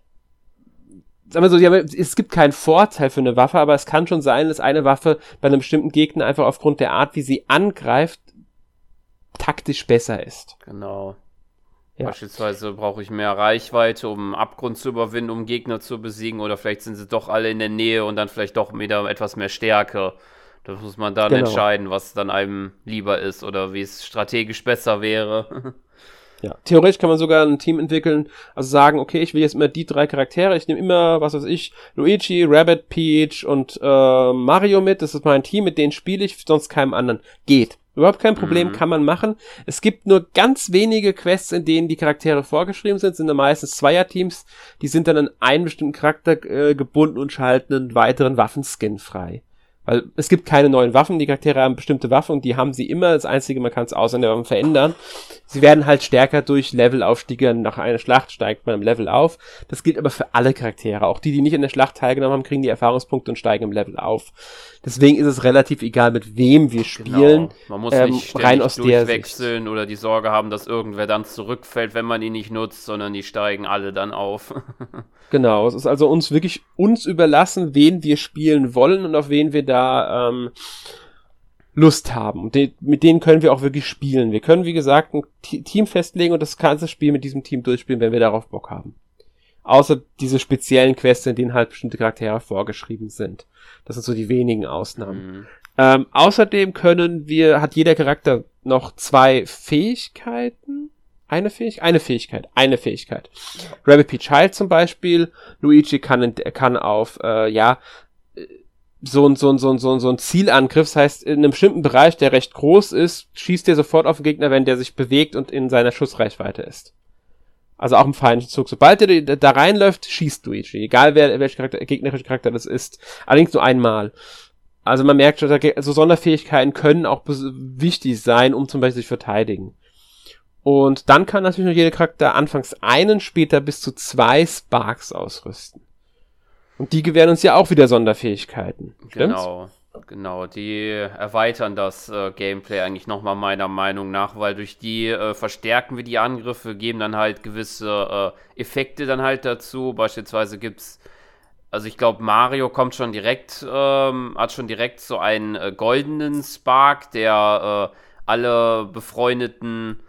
sagen wir so, es gibt keinen Vorteil für eine Waffe, aber es kann schon sein, dass eine Waffe bei einem bestimmten Gegner einfach aufgrund der Art, wie sie angreift, taktisch besser ist. Genau. Ja. Beispielsweise brauche ich mehr Reichweite, um einen Abgrund zu überwinden, um Gegner zu besiegen, oder vielleicht sind sie doch alle in der Nähe und dann vielleicht doch wieder etwas mehr Stärke. Das muss man dann entscheiden, was dann einem lieber ist oder wie es strategisch besser wäre. Ja, theoretisch kann man sogar ein Team entwickeln, also sagen, okay, ich will jetzt immer die 3 Charaktere, ich nehme immer, was weiß ich, Luigi, Rabbit, Peach und Mario mit, das ist mein Team, mit denen spiele ich, sonst keinem anderen. Geht. Überhaupt kein Problem, kann man machen. Es gibt nur ganz wenige Quests, in denen die Charaktere vorgeschrieben sind dann meistens Zweierteams, die sind dann an einen bestimmten Charakter gebunden und schalten einen weiteren Waffenskin frei. Weil es gibt keine neuen Waffen, die Charaktere haben bestimmte Waffen und die haben sie immer. Das Einzige, man kann es außer der Waffen verändern. Sie werden halt stärker durch Levelaufstiege. Nach einer Schlacht steigt man im Level auf. Das gilt aber für alle Charaktere. Auch die nicht in der Schlacht teilgenommen haben, kriegen die Erfahrungspunkte und steigen im Level auf. Deswegen ist es relativ egal, mit wem wir spielen. Genau. Man muss nicht rein aus der durchwechseln Sicht. Oder die Sorge haben, dass irgendwer dann zurückfällt, wenn man ihn nicht nutzt, sondern die steigen alle dann auf. Genau, es ist also uns überlassen, wen wir spielen wollen und auf wen wir da Lust haben. Und mit denen können wir auch wirklich spielen. Wir können, wie gesagt, ein Team festlegen und das ganze Spiel mit diesem Team durchspielen, wenn wir darauf Bock haben. Außer diese speziellen Quests, in denen halt bestimmte Charaktere vorgeschrieben sind. Das sind so die wenigen Ausnahmen. Außerdem hat jeder Charakter noch 2 Fähigkeiten. Eine Fähigkeit. Rabbit Peach heilt zum Beispiel. Luigi kann auf, so ein Zielangriff, das heißt, in einem bestimmten Bereich, der recht groß ist, schießt der sofort auf den Gegner, wenn der sich bewegt und in seiner Schussreichweite ist. Also auch im Feindeszug. Sobald der da reinläuft, schießt Luigi. Egal welcher gegnerische Charakter das ist. Allerdings nur einmal. Also man merkt schon, also Sonderfähigkeiten können auch wichtig sein, um zum Beispiel sich verteidigen. Und dann kann natürlich noch jeder Charakter anfangs einen, später bis zu 2 Sparks ausrüsten. Und die gewähren uns ja auch wieder Sonderfähigkeiten. Stimmt's? Genau, die erweitern das Gameplay eigentlich nochmal meiner Meinung nach, weil durch die verstärken wir die Angriffe, geben dann halt gewisse Effekte dann halt dazu. Beispielsweise also ich glaube Mario hat schon direkt so einen goldenen Spark, der alle befreundeten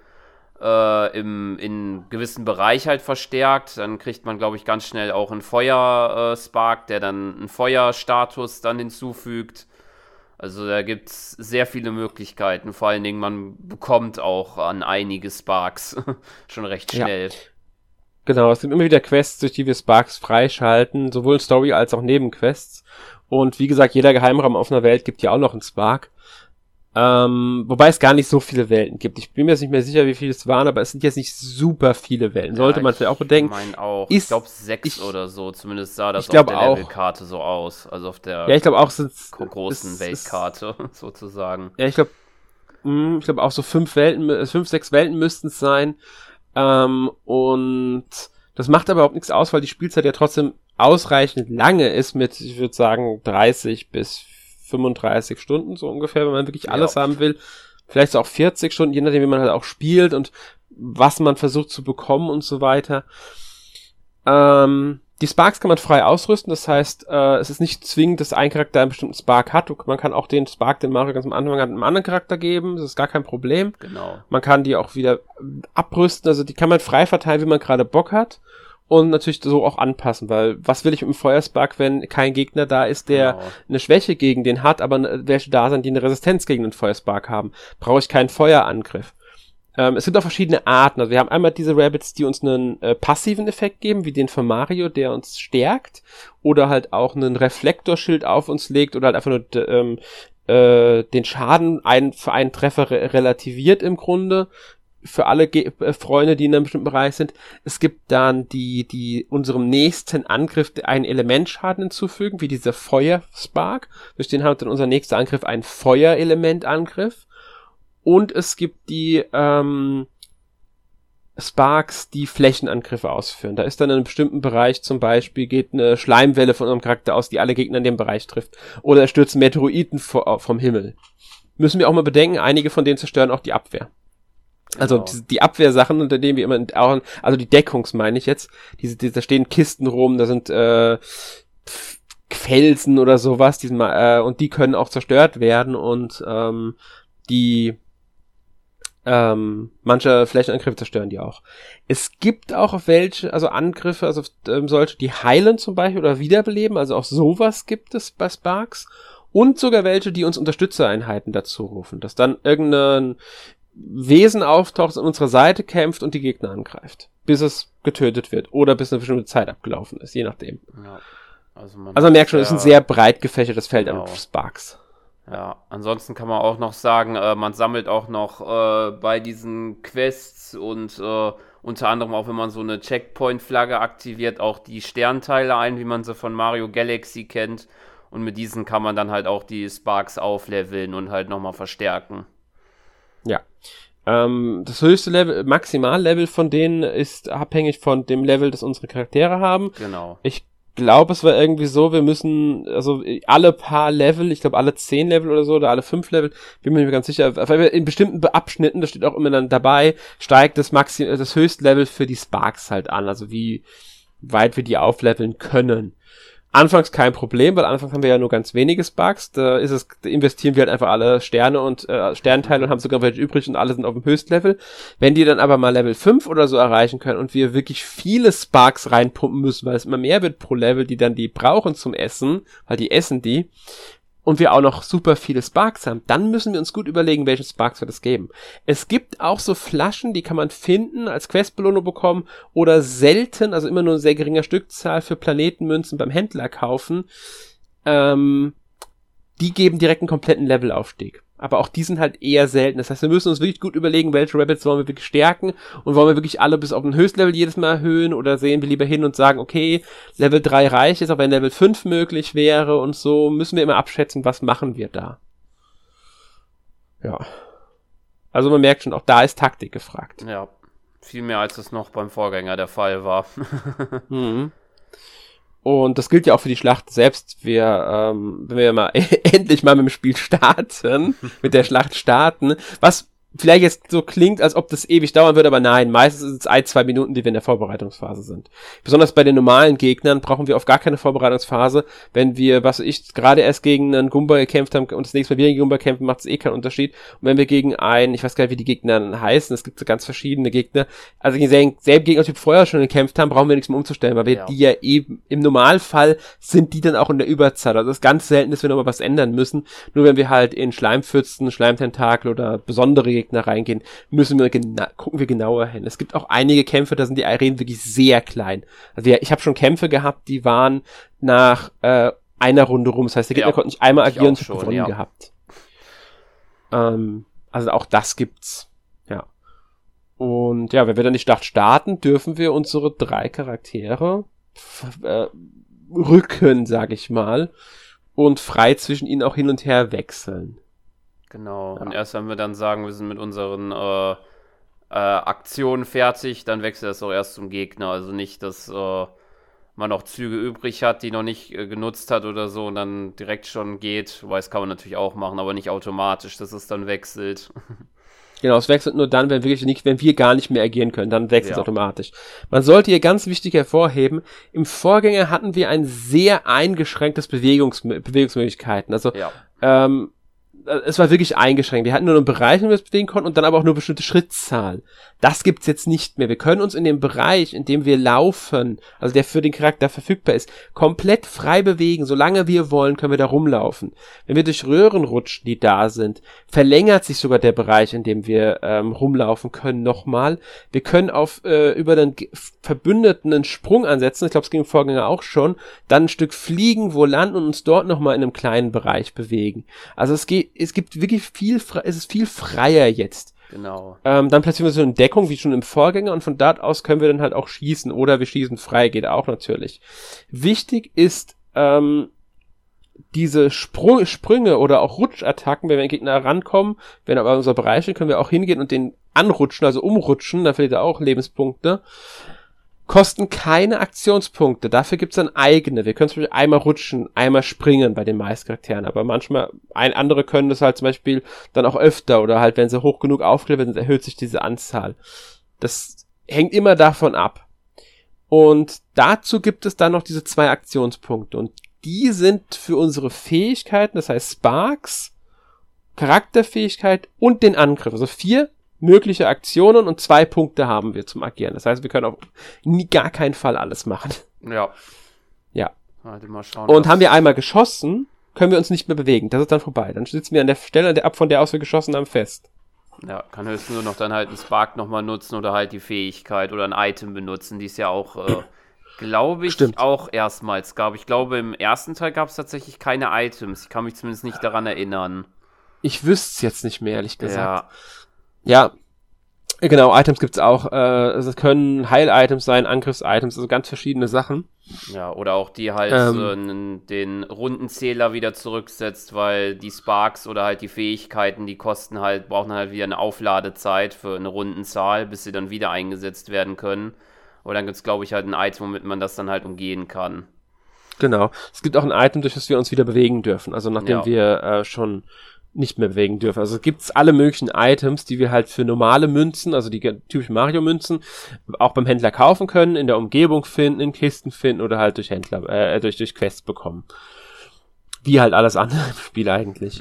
in gewissen Bereich halt verstärkt. Dann kriegt man, glaube ich, ganz schnell auch einen Feuer-Spark, der dann einen Feuerstatus dann hinzufügt. Also da gibt es sehr viele Möglichkeiten. Vor allen Dingen, man bekommt auch an einige Sparks schon recht schnell. Ja. Genau, es gibt immer wieder Quests, durch die wir Sparks freischalten, sowohl Story als auch Nebenquests. Und wie gesagt, jeder Geheimraum auf einer Welt gibt ja auch noch einen Spark. Wobei es gar nicht so viele Welten gibt. Ich bin mir jetzt nicht mehr sicher, wie viele es waren, aber es sind jetzt nicht super viele Welten. Sollte man vielleicht auch bedenken. Ich meine auch. Ich glaube 6 oder so. Zumindest sah das auf der Levelkarte so aus. Also auf der ich glaube auch großen Weltkarte sozusagen. Ja, ich glaube auch so 5, 6 Welten müssten es sein. Und das macht aber überhaupt nichts aus, weil die Spielzeit ja trotzdem ausreichend lange ist mit, ich würde sagen, 30 bis 35 Stunden so ungefähr, wenn man wirklich alles haben will. Vielleicht auch 40 Stunden, je nachdem, wie man halt auch spielt und was man versucht zu bekommen und so weiter. Die Sparks kann man frei ausrüsten, das heißt, es ist nicht zwingend, dass ein Charakter einen bestimmten Spark hat. Man kann auch den Spark, den Mario ganz am Anfang hat, einem anderen Charakter geben, das ist gar kein Problem. Genau. Man kann die auch wieder abrüsten, also die kann man frei verteilen, wie man gerade Bock hat. Und natürlich so auch anpassen, weil was will ich mit dem Feuerspark, wenn kein Gegner da ist, der eine Schwäche gegen den hat, aber welche da sind, die eine Resistenz gegen den Feuerspark haben? Brauche ich keinen Feuerangriff. Es gibt auch verschiedene Arten. Also wir haben einmal diese Rabbits, die uns einen passiven Effekt geben, wie den von Mario, der uns stärkt. Oder halt auch einen Reflektorschild auf uns legt oder halt einfach nur den Schaden für einen Treffer relativiert im Grunde. Für alle Freunde, die in einem bestimmten Bereich sind. Es gibt dann die unserem nächsten Angriff einen Elementschaden hinzufügen, wie dieser Feuerspark. Durch den hat dann unser nächster Angriff einen Feuerelementangriff. Und es gibt die Sparks, die Flächenangriffe ausführen. Da ist dann in einem bestimmten Bereich zum Beispiel geht eine Schleimwelle von unserem Charakter aus, die alle Gegner in dem Bereich trifft. Oder es stürzen Meteoriten vom Himmel. Müssen wir auch mal bedenken, einige von denen zerstören auch die Abwehr. Also Genau. die Abwehrsachen, unter denen wir immer auch, also die Deckungs meine ich jetzt, da stehen Kisten rum, da sind Felsen oder sowas, und die können auch zerstört werden und manche Flächenangriffe zerstören die auch. Es gibt auch welche, also Angriffe, also solche, die heilen zum Beispiel oder wiederbeleben, also auch sowas gibt es bei Sparks. Und sogar welche, die uns Unterstützereinheiten dazu rufen, dass dann irgendein Wesen auftaucht, das an unserer Seite kämpft und die Gegner angreift, bis es getötet wird oder bis eine bestimmte Zeit abgelaufen ist, je nachdem. Ja. Also man merkt schon, es ist ein sehr breit gefächertes Feld an Sparks. Ja, ansonsten kann man auch noch sagen, man sammelt auch noch bei diesen Quests und unter anderem auch, wenn man so eine Checkpoint-Flagge aktiviert, auch die Sternteile ein, wie man sie von Mario Galaxy kennt. Und mit diesen kann man dann halt auch die Sparks aufleveln und halt nochmal verstärken. Ja. Das höchste Level, Maximallevel von denen ist abhängig von dem Level, das unsere Charaktere haben. Genau. Ich glaube, es war irgendwie so, wir müssen, also alle paar Level, ich glaube alle 10 Level oder so, oder alle 5 Level, bin mir nicht mehr ganz sicher, in bestimmten Abschnitten, da steht auch immer dann dabei, steigt das Höchstlevel für die Sparks halt an, also wie weit wir die aufleveln können. Anfangs kein Problem, weil anfangs haben wir ja nur ganz wenige Sparks, da investieren wir halt einfach alle Sterne und Sternteile und haben sogar welche übrig und alle sind auf dem Höchstlevel. Wenn die dann aber mal Level 5 oder so erreichen können und wir wirklich viele Sparks reinpumpen müssen, weil es immer mehr wird pro Level, die dann die brauchen zum Essen, weil die essen die, und wir auch noch super viele Sparks haben, dann müssen wir uns gut überlegen, welchen Sparks wir das geben. Es gibt auch so Flaschen, die kann man finden, als Questbelohnung bekommen oder selten, also immer nur eine sehr geringe Stückzahl für Planetenmünzen beim Händler kaufen. Die geben direkt einen kompletten Levelaufstieg. Aber auch die sind halt eher selten. Das heißt, wir müssen uns wirklich gut überlegen, welche Rabbits wollen wir wirklich stärken und wollen wir wirklich alle bis auf den Höchstlevel jedes Mal erhöhen oder sehen wir lieber hin und sagen, okay, Level 3 reicht jetzt, auch wenn Level 5 möglich wäre und so, müssen wir immer abschätzen, was machen wir da. Ja. Also man merkt schon, auch da ist Taktik gefragt. Ja, viel mehr als es noch beim Vorgänger der Fall war. Mhm. Und das gilt ja auch für die Schlacht selbst. Wenn wir mal endlich mal mit dem Spiel starten, mit der Schlacht starten, was vielleicht jetzt so klingt, als ob das ewig dauern würde, aber nein, meistens ist es 1-2 Minuten, die wir in der Vorbereitungsphase sind. Besonders bei den normalen Gegnern brauchen wir auf gar keine Vorbereitungsphase. Wenn wir, gerade erst gegen einen Goomba gekämpft haben und das nächste Mal wieder gegen Goomba kämpfen, macht es eh keinen Unterschied. Und wenn wir gegen ich weiß gar nicht, wie die Gegner heißen, es gibt so ganz verschiedene Gegner, also gegen selben Gegnertyp vorher schon gekämpft haben, brauchen wir nichts mehr umzustellen, weil wir die ja eben, im Normalfall sind die dann auch in der Überzahl. Also es ist ganz selten, dass wir nochmal was ändern müssen. Nur wenn wir halt in Schleimpfützen, Schleimtentakel oder besondere Gegner reingehen, gucken wir genauer hin. Es gibt auch einige Kämpfe, da sind die Arenen wirklich sehr klein. Also ich habe schon Kämpfe gehabt, die waren nach einer Runde rum. Das heißt, der Gegner konnte nicht einmal agieren und hat gewonnen gehabt. Also auch das gibt's. Ja. Und ja, wenn wir dann die Schlacht starten, dürfen wir unsere 3 Charaktere rücken, sag ich mal, und frei zwischen ihnen auch hin und her wechseln. Genau, und erst wenn wir dann sagen, wir sind mit unseren Aktionen fertig, dann wechselt das auch erst zum Gegner. Also nicht, dass man noch Züge übrig hat, die noch nicht genutzt hat oder so und dann direkt schon geht. Wobei, das kann man natürlich auch machen, aber nicht automatisch, dass es dann wechselt. Genau, es wechselt nur dann, wenn wir gar nicht mehr agieren können, dann wechselt es automatisch. Man sollte hier ganz wichtig hervorheben, im Vorgänger hatten wir ein sehr eingeschränktes Bewegungsmöglichkeiten. Also es war wirklich eingeschränkt. Wir hatten nur einen Bereich, in dem wir uns bewegen konnten und dann aber auch nur bestimmte Schrittzahl. Das gibt's jetzt nicht mehr. Wir können uns in dem Bereich, in dem wir laufen, also der für den Charakter verfügbar ist, komplett frei bewegen. Solange wir wollen, können wir da rumlaufen. Wenn wir durch Röhren rutschen, die da sind, verlängert sich sogar der Bereich, in dem wir rumlaufen können, nochmal. Wir können über den Verbündeten einen Sprung ansetzen. Ich glaube, es ging im Vorgänger auch schon. Dann ein Stück fliegen, wo landen und uns dort nochmal in einem kleinen Bereich bewegen. Also es gibt wirklich es ist viel freier jetzt. Genau. Dann platzieren wir so eine Deckung, wie schon im Vorgänger, und von dort aus können wir dann halt auch schießen, oder wir schießen frei, geht auch natürlich. Wichtig ist, diese Sprünge oder auch Rutschattacken, wenn wir an den Gegner rankommen, wenn er aber unser Bereich sind, können wir auch hingehen und den anrutschen, also umrutschen, da verliert er auch Lebenspunkte. Kosten keine Aktionspunkte, dafür gibt's dann eigene. Wir können zum Beispiel einmal rutschen, einmal springen bei den meisten Charakteren, aber manchmal, andere können das halt zum Beispiel dann auch öfter, oder halt, wenn sie hoch genug aufgelevelt sind, erhöht sich diese Anzahl. Das hängt immer davon ab. Und dazu gibt es dann noch diese 2 Aktionspunkte, und die sind für unsere Fähigkeiten, das heißt Sparks, Charakterfähigkeit und den Angriff, also 4 mögliche Aktionen und 2 Punkte haben wir zum Agieren. Das heißt, wir können auf gar keinen Fall alles machen. Ja. Ja. Warte, mal schauen, und haben wir einmal geschossen, können wir uns nicht mehr bewegen. Das ist dann vorbei. Dann sitzen wir an der Stelle, von der aus wir geschossen haben, fest. Ja, kann höchstens nur noch dann halt einen Spark nochmal nutzen oder halt die Fähigkeit oder ein Item benutzen, die es ja auch, glaube ich, Stimmt. auch erstmals gab. Ich glaube, im ersten Teil gab es tatsächlich keine Items. Ich kann mich zumindest nicht daran erinnern. Ich wüsste es jetzt nicht mehr, ehrlich gesagt. Ja. Ja, genau, Items gibt's auch. Es können Heil-Items sein, Angriffs-Items, also ganz verschiedene Sachen. Ja, oder auch die halt den Rundenzähler wieder zurücksetzt, weil die Sparks oder halt die Fähigkeiten, brauchen halt wieder eine Aufladezeit für eine Rundenzahl, bis sie dann wieder eingesetzt werden können. Aber dann gibt's, glaube ich, halt ein Item, womit man das dann halt umgehen kann. Genau. Es gibt auch ein Item, durch das wir uns wieder bewegen dürfen. Also nachdem wir schon nicht mehr bewegen dürfen. Also gibt's alle möglichen Items, die wir halt für normale Münzen, also die typischen Mario-Münzen, auch beim Händler kaufen können, in der Umgebung finden, in Kisten finden oder halt durch Händler, durch Quests bekommen. Wie halt alles andere im Spiel eigentlich.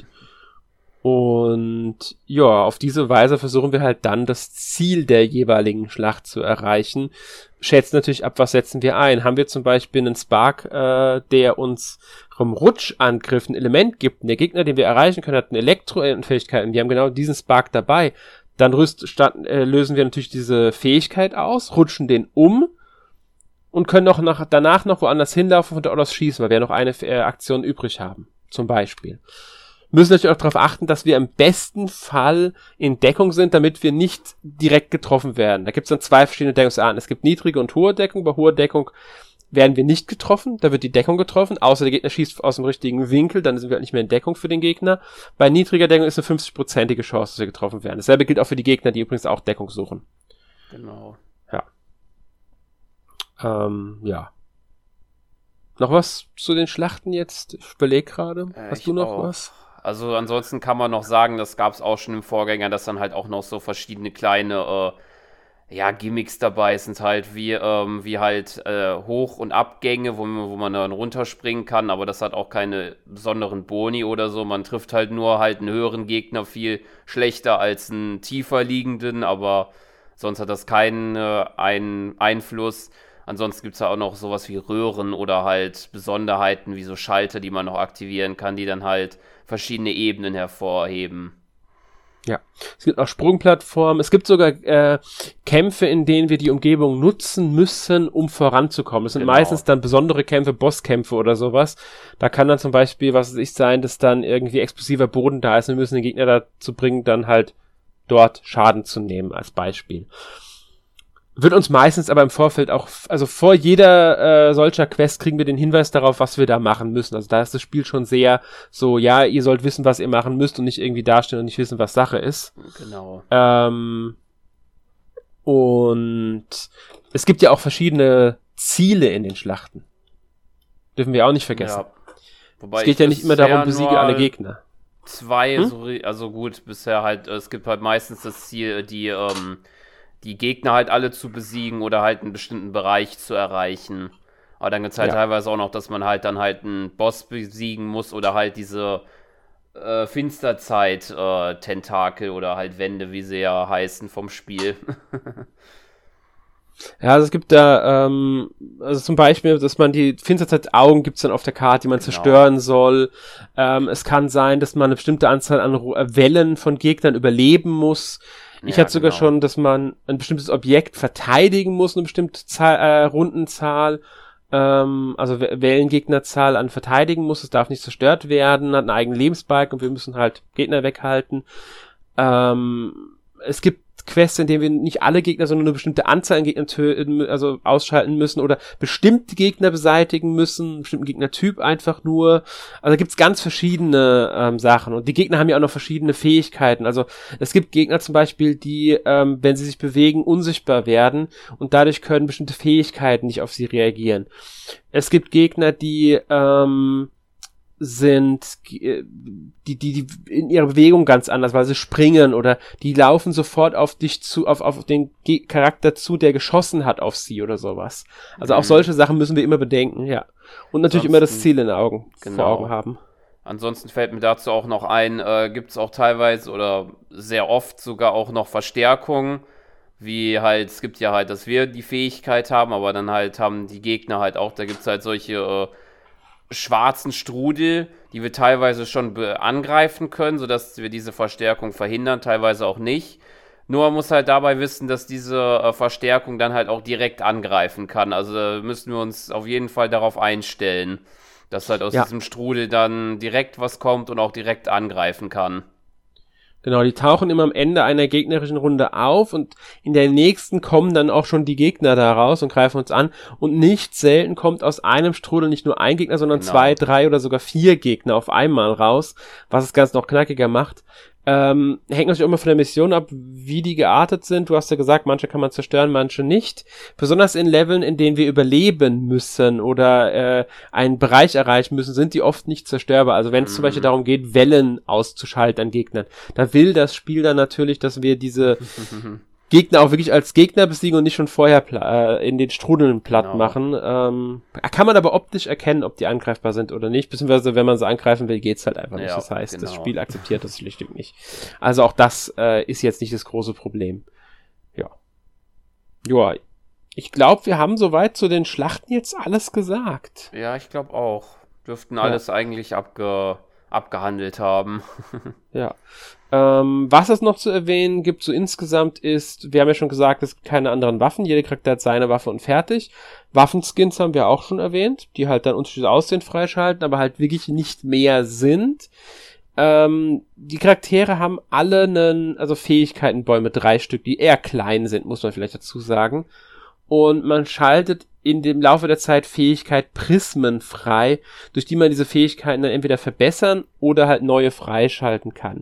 Und ja, auf diese Weise versuchen wir halt dann das Ziel der jeweiligen Schlacht zu erreichen. Schätzen natürlich ab, was setzen wir ein. Haben wir zum Beispiel einen Spark, der uns vom Rutschangriff ein Element gibt, und der Gegner, den wir erreichen können, hat eine Elektro-Fähigkeit, und wir haben genau diesen Spark dabei, dann lösen wir natürlich diese Fähigkeit aus, rutschen den um und können danach noch woanders hinlaufen und dort aus schießen, weil wir noch eine Aktion übrig haben, zum Beispiel. Müssen natürlich auch darauf achten, dass wir im besten Fall in Deckung sind, damit wir nicht direkt getroffen werden. Da gibt es dann 2 verschiedene Deckungsarten. Es gibt niedrige und hohe Deckung. Bei hoher Deckung werden wir nicht getroffen, da wird die Deckung getroffen, außer der Gegner schießt aus dem richtigen Winkel, dann sind wir halt nicht mehr in Deckung für den Gegner. Bei niedriger Deckung ist eine 50%ige Chance, dass wir getroffen werden. Dasselbe gilt auch für die Gegner, die übrigens auch Deckung suchen. Genau. Ja. Ja. Noch was zu den Schlachten jetzt? Ich überlege gerade. Hast du noch was? Also ansonsten kann man noch sagen, das gab es auch schon im Vorgänger, dass dann halt auch noch so verschiedene kleine Gimmicks dabei sind, halt wie halt Hoch- und Abgänge, wo man dann runterspringen kann, aber das hat auch keine besonderen Boni oder so. Man trifft halt nur halt einen höheren Gegner viel schlechter als einen tiefer liegenden, aber sonst hat das keinen Einfluss. Ansonsten gibt es ja auch noch sowas wie Röhren oder halt Besonderheiten wie so Schalter, die man noch aktivieren kann, die dann halt verschiedene Ebenen hervorheben. Ja, es gibt auch Sprungplattformen. Es gibt sogar Kämpfe, in denen wir die Umgebung nutzen müssen, um voranzukommen. Das sind meistens dann besondere Kämpfe, Bosskämpfe oder sowas. Da kann dann zum Beispiel, was weiß ich, sein, dass dann irgendwie explosiver Boden da ist und wir müssen den Gegner dazu bringen, dann halt dort Schaden zu nehmen, als Beispiel. Wird uns meistens aber im Vorfeld auch, also vor jeder solcher Quest kriegen wir den Hinweis darauf, was wir da machen müssen. Also da ist das Spiel schon sehr so, ja, ihr sollt wissen, was ihr machen müsst und nicht irgendwie dastehen und nicht wissen, was Sache ist. Genau. Und es gibt ja auch verschiedene Ziele in den Schlachten. Dürfen wir auch nicht vergessen. Ja. Wobei es geht ja nicht immer darum, besiege alle Gegner. Also gut, bisher halt, es gibt halt meistens das Ziel, die Gegner halt alle zu besiegen oder halt einen bestimmten Bereich zu erreichen. Aber dann gibt es halt teilweise auch noch, dass man halt dann halt einen Boss besiegen muss oder halt diese Finsterzeit-Tentakel oder halt Wände, wie sie ja heißen vom Spiel. Ja, also es gibt da, also zum Beispiel, dass man die Finsterzeit-Augen gibt's dann auf der Karte, die man zerstören soll. Es kann sein, dass man eine bestimmte Anzahl an Wellen von Gegnern überleben muss. Ich hatte sogar schon, dass man ein bestimmtes Objekt verteidigen muss, eine bestimmte Rundenzahl. Also Wellengegnerzahl an verteidigen muss, es darf nicht zerstört werden, hat einen eigenen Lebensbalken und wir müssen halt Gegner weghalten. Es gibt Quests, in denen wir nicht alle Gegner, sondern nur eine bestimmte Anzahl an Gegnern also ausschalten müssen oder bestimmte Gegner beseitigen müssen, einen bestimmten Gegnertyp einfach nur. Also da gibt's ganz verschiedene Sachen und die Gegner haben ja auch noch verschiedene Fähigkeiten. Also es gibt Gegner zum Beispiel, die, wenn sie sich bewegen, unsichtbar werden und dadurch können bestimmte Fähigkeiten nicht auf sie reagieren. Es gibt Gegner, die sind die in ihrer Bewegung ganz anders, weil sie springen oder die laufen sofort auf dich zu, auf den Charakter zu, der geschossen hat auf sie oder sowas. Also auch solche Sachen müssen wir immer bedenken, ja. Und natürlich immer das Ziel in den Augen, vor Augen haben. Ansonsten fällt mir dazu auch noch ein, gibt es auch teilweise oder sehr oft sogar auch noch Verstärkungen, wie halt, es gibt ja halt, dass wir die Fähigkeit haben, aber dann halt haben die Gegner halt auch, da gibt es halt solche schwarzen Strudel, die wir teilweise schon angreifen können, sodass wir diese Verstärkung verhindern, teilweise auch nicht. Nur man muss halt dabei wissen, dass diese Verstärkung dann halt auch direkt angreifen kann. Also da müssen wir uns auf jeden Fall darauf einstellen, dass halt aus diesem Strudel dann direkt was kommt und auch direkt angreifen kann. Genau, die tauchen immer am Ende einer gegnerischen Runde auf und in der nächsten kommen dann auch schon die Gegner da raus und greifen uns an und nicht selten kommt aus einem Strudel nicht nur ein Gegner, sondern 2, 3 oder sogar 4 Gegner auf einmal raus, was es ganz noch knackiger macht. Hängt natürlich auch immer von der Mission ab, wie die geartet sind. Du hast ja gesagt, manche kann man zerstören, manche nicht. Besonders in Leveln, in denen wir überleben müssen oder einen Bereich erreichen müssen, sind die oft nicht zerstörbar. Also wenn es zum Beispiel darum geht, Wellen auszuschalten an Gegnern, da will das Spiel dann natürlich, dass wir diese Gegner auch wirklich als Gegner besiegen und nicht schon vorher in den Strudeln platt machen. Kann man aber optisch erkennen, ob die angreifbar sind oder nicht, beziehungsweise wenn man sie angreifen will, geht's halt einfach nicht. Das heißt, das Spiel akzeptiert das schlichtweg nicht. Also auch das ist jetzt nicht das große Problem. Ja, ich glaube, wir haben soweit zu den Schlachten jetzt alles gesagt. Ja, ich glaube auch. Dürften alles eigentlich abgehandelt haben. Ja. Was es noch zu erwähnen gibt, so insgesamt ist, wir haben ja schon gesagt, es gibt keine anderen Waffen, jeder Charakter hat seine Waffe und fertig. Waffenskins haben wir auch schon erwähnt, die halt dann unterschiedliches Aussehen freischalten, aber halt wirklich nicht mehr sind. Die Charaktere haben alle Fähigkeitenbäume, 3 Stück, die eher klein sind, muss man vielleicht dazu sagen. Und man schaltet in dem Laufe der Zeit Fähigkeit Prismen frei, durch die man diese Fähigkeiten dann entweder verbessern oder halt neue freischalten kann.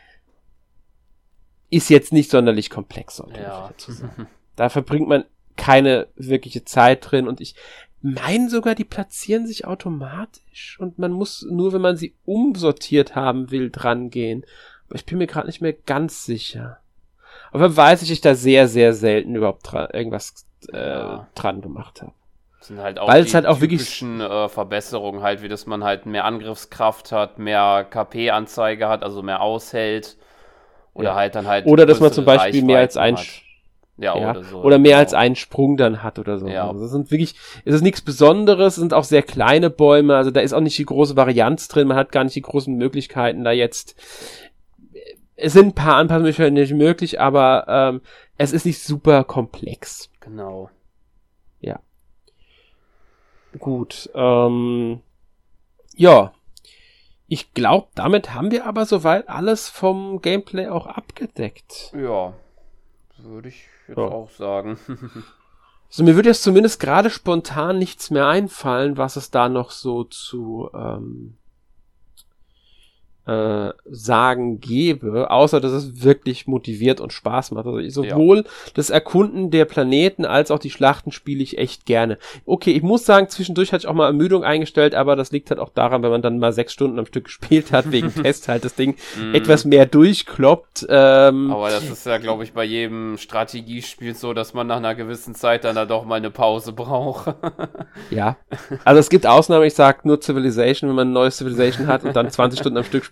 Ist jetzt nicht sonderlich komplex, sollte man dazu sagen. Da verbringt man keine wirkliche Zeit drin und ich meine sogar, die platzieren sich automatisch und man muss nur, wenn man sie umsortiert haben will, dran gehen. Aber ich bin mir gerade nicht mehr ganz sicher. Aber weiß ich da sehr, sehr selten überhaupt irgendwas dran gemacht habe. Das sind halt auch die typischen Verbesserungen halt, wie dass man halt mehr Angriffskraft hat, mehr KP-Anzeige hat, also mehr aushält. Oder halt dann halt. Oder dass man zum Beispiel mehr als oder mehr als einen Sprung dann hat oder so. Ja. Also es ist nichts Besonderes, es sind auch sehr kleine Bäume, also da ist auch nicht die große Varianz drin, man hat gar nicht die großen Möglichkeiten da jetzt. Es sind ein paar Anpassungen nicht möglich, aber es ist nicht super komplex. Genau. Ja. Gut. Ja. Ich glaube, damit haben wir aber soweit alles vom Gameplay auch abgedeckt. Ja, würde ich jetzt auch sagen. Also mir würde jetzt zumindest gerade spontan nichts mehr einfallen, was es da noch so zu sagen gäbe, außer dass es wirklich motiviert und Spaß macht. Also sowohl das Erkunden der Planeten als auch die Schlachten spiele ich echt gerne. Okay, ich muss sagen, zwischendurch hatte ich auch mal Ermüdung eingestellt, aber das liegt halt auch daran, wenn man dann mal 6 Stunden am Stück gespielt hat, wegen Test halt das Ding etwas mehr durchkloppt. Aber das ist ja, glaube ich, bei jedem Strategiespiel so, dass man nach einer gewissen Zeit dann da doch mal eine Pause braucht. Ja, also es gibt Ausnahmen, ich sag nur Civilization, wenn man ein neues Civilization hat und dann 20 Stunden am Stück spielt,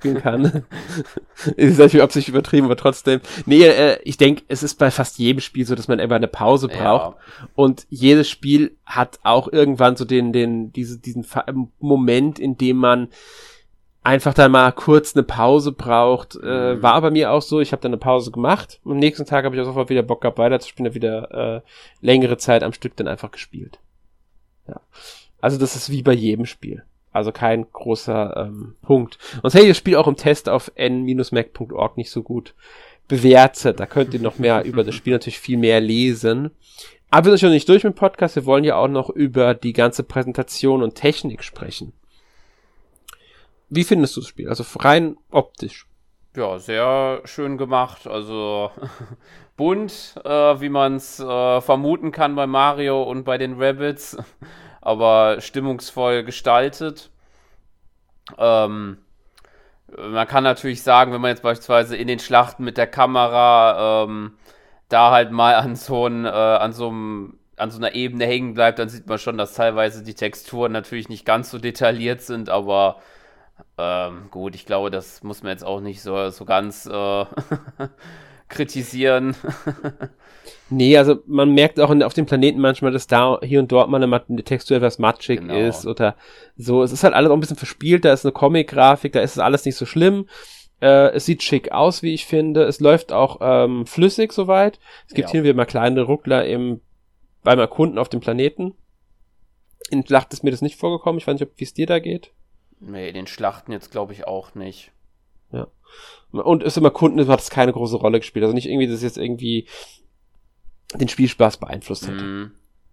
spielen kann. Ist natürlich absichtlich übertrieben, aber trotzdem. Nee, ich denke, es ist bei fast jedem Spiel so, dass man immer eine Pause braucht. Ja. Und jedes Spiel hat auch irgendwann so diesen Moment, in dem man einfach dann mal kurz eine Pause braucht. War bei mir auch so, ich habe dann eine Pause gemacht. Am nächsten Tag habe ich auch sofort wieder Bock gehabt, weiterzuspielen, habe wieder längere Zeit am Stück dann einfach gespielt. Ja. Also das ist wie bei jedem Spiel. Also kein großer Punkt. Und hey, das Spiel auch im Test auf n-mac.org nicht so gut bewertet. Da könnt ihr noch mehr über das Spiel natürlich viel mehr lesen. Aber wir sind schon nicht durch mit dem Podcast. Wir wollen ja auch noch über die ganze Präsentation und Technik sprechen. Wie findest du das Spiel? Also rein optisch. Ja, sehr schön gemacht. Also bunt, wie man es vermuten kann bei Mario und bei den Rabbids, aber stimmungsvoll gestaltet. Man kann natürlich sagen, wenn man jetzt beispielsweise in den Schlachten mit der Kamera da halt mal an so einer Ebene hängen bleibt, dann sieht man schon, dass teilweise die Texturen natürlich nicht ganz so detailliert sind, aber gut, ich glaube, das muss man jetzt auch nicht so ganz kritisieren. Nee, also man merkt auch auf dem Planeten manchmal, dass da hier und dort mal eine Textur etwas matschig ist oder so. Es ist halt alles auch ein bisschen verspielt, da ist eine Comic-Grafik, da ist es alles nicht so schlimm. Es sieht schick aus, wie ich finde. Es läuft auch flüssig soweit. Es gibt hier wieder mal kleine Ruckler beim Erkunden auf dem Planeten. In Schlacht ist mir das nicht vorgekommen. Ich weiß nicht, wie es dir da geht. Nee, in den Schlachten jetzt glaube ich auch nicht. Ja. Und es im Erkunden hat es keine große Rolle gespielt. Also nicht irgendwie, dass es jetzt irgendwie den Spielspaß beeinflusst hätte.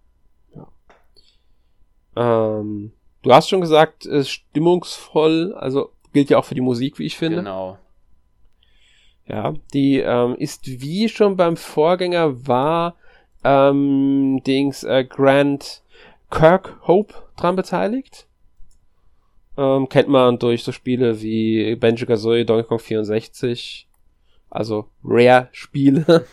Ja. Du hast schon gesagt, es ist stimmungsvoll, also gilt ja auch für die Musik, wie ich finde. Genau. Ja, die ist wie schon beim Vorgänger war Grant Kirkhope dran beteiligt. Kennt man durch so Spiele wie Banjo-Kazooie, Donkey Kong 64, also Rare-Spiele.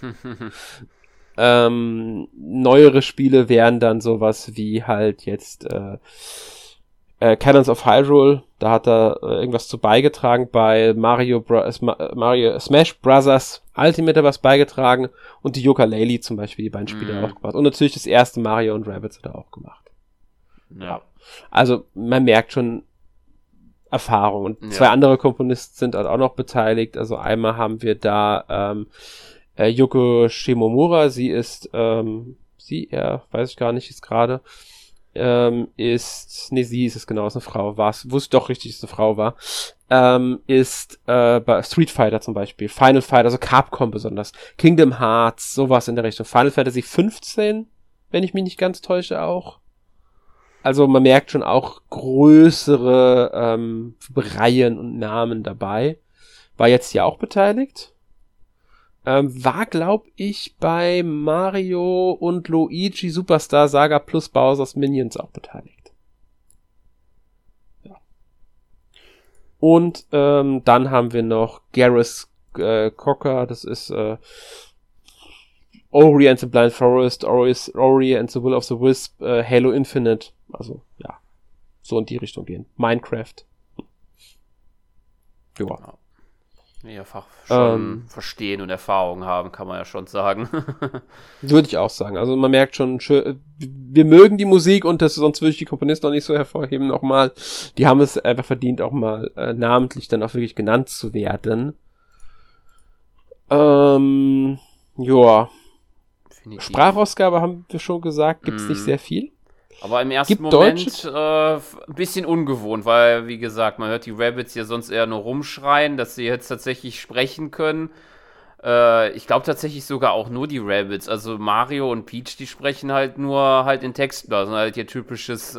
Neuere Spiele wären dann sowas wie halt jetzt Cannons of Hyrule, da hat er irgendwas zu beigetragen, bei Mario Smash Brothers Ultimate hat was beigetragen und die Yooka-Laylee zum Beispiel, die beiden Spiele auch gemacht. Und natürlich das erste Mario und Rabbids hat er auch gemacht. Ja. Also man merkt schon Erfahrung. Und zwei andere Komponisten sind halt auch noch beteiligt. Also einmal haben wir da Yoko Shimomura, sie ist weiß ich gar nicht, ist gerade sie ist es genau, ist eine Frau, wusste doch richtig, dass es eine Frau war, ist bei Street Fighter zum Beispiel, Final Fight, also Capcom besonders, Kingdom Hearts, sowas in der Richtung, Final Fantasy 15, wenn ich mich nicht ganz täusche auch. Also man merkt schon auch größere Reihen und Namen dabei. War jetzt hier auch beteiligt. War, glaube ich, bei Mario und Luigi Superstar Saga plus Bowser's Minions auch beteiligt. Ja. Und dann haben wir noch Gareth Cocker, das ist Ori and the Blind Forest, Ori and the Will of the Wisp, Halo Infinite. Also, ja, so in die Richtung gehen. Minecraft. Ja. Mehrfach schon verstehen und Erfahrung haben, kann man ja schon sagen. Würde ich auch sagen. Also man merkt schon, wir mögen die Musik und sonst würde ich die Komponisten auch nicht so hervorheben nochmal. Die haben es einfach verdient, auch mal namentlich dann auch wirklich genannt zu werden. Ja. Sprachausgabe haben wir schon gesagt, gibt's nicht sehr viel. Aber im ersten Moment ein bisschen ungewohnt, weil, wie gesagt, man hört die Rabbids ja sonst eher nur rumschreien, dass sie jetzt tatsächlich sprechen können. Ich glaube tatsächlich sogar auch nur die Rabbids. Also Mario und Peach, die sprechen halt nur halt in Textblasen, halt ihr typisches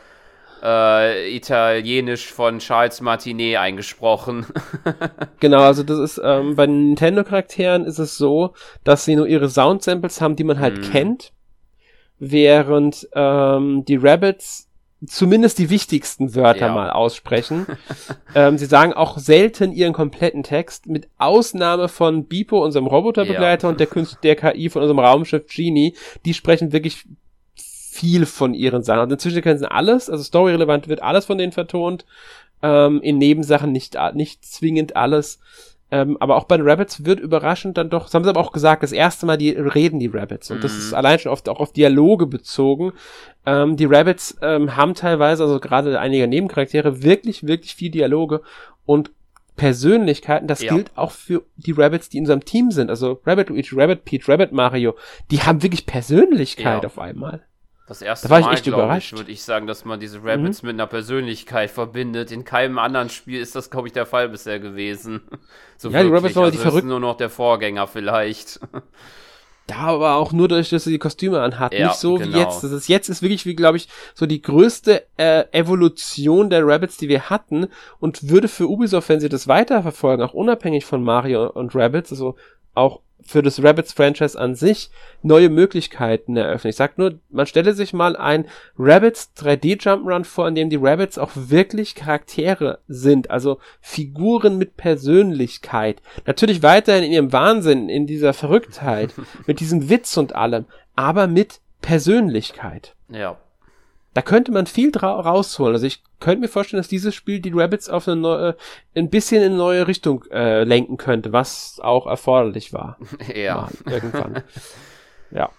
Italienisch von Charles Martinet eingesprochen. Genau, also das ist, bei den Nintendo-Charakteren ist es so, dass sie nur ihre Sound-Samples haben, die man halt kennt. Während die Rabbids zumindest die wichtigsten Wörter mal aussprechen. Sie sagen auch selten ihren kompletten Text, mit Ausnahme von Beepo, unserem Roboterbegleiter, und der KI von unserem Raumschiff Genie. Die sprechen wirklich viel von ihren Sachen. Und inzwischen können sie alles, also storyrelevant wird alles von denen vertont. in Nebensachen nicht zwingend alles. Aber auch bei den Rabbits wird überraschend dann doch, das haben sie aber auch gesagt, das erste Mal reden die Rabbits. Und das ist allein schon oft auch auf Dialoge bezogen. Die Rabbits haben teilweise, also gerade einige Nebencharaktere, wirklich, wirklich viel Dialoge und Persönlichkeiten. Das gilt auch für die Rabbits, die in unserem Team sind. Also Rabbit Luigi, Rabbit Peach, Rabbit Mario. Die haben wirklich Persönlichkeit auf einmal. Das erste da war Mal, ich echt überrascht. Würde ich sagen, dass man diese Rabbits mit einer Persönlichkeit verbindet. In keinem anderen Spiel ist das, glaube ich, der Fall bisher gewesen. So ja, wirklich. Die Rabbits waren die verrückten. Nur noch der Vorgänger vielleicht. Da aber auch nur dadurch, dass sie die Kostüme anhat. Ja, nicht so wie jetzt. Jetzt ist wirklich, wie glaube ich, so die größte Evolution der Rabbits, die wir hatten und würde für Ubisoft, wenn sie das weiterverfolgen, auch unabhängig von Mario und Rabbits, also auch für das Rabbids-Franchise an sich neue Möglichkeiten eröffnen. Ich sag nur, man stelle sich mal ein Rabbids 3D-Jump'n'Run vor, in dem die Rabbits auch wirklich Charaktere sind, also Figuren mit Persönlichkeit. Natürlich weiterhin in ihrem Wahnsinn, in dieser Verrücktheit, mit diesem Witz und allem, aber mit Persönlichkeit. Ja. Da könnte man viel rausholen. Also ich könnte mir vorstellen, dass dieses Spiel die Rabbits auf eine ein bisschen in eine neue Richtung lenken könnte, was auch erforderlich war. Ja. Mal, irgendwann. Ja.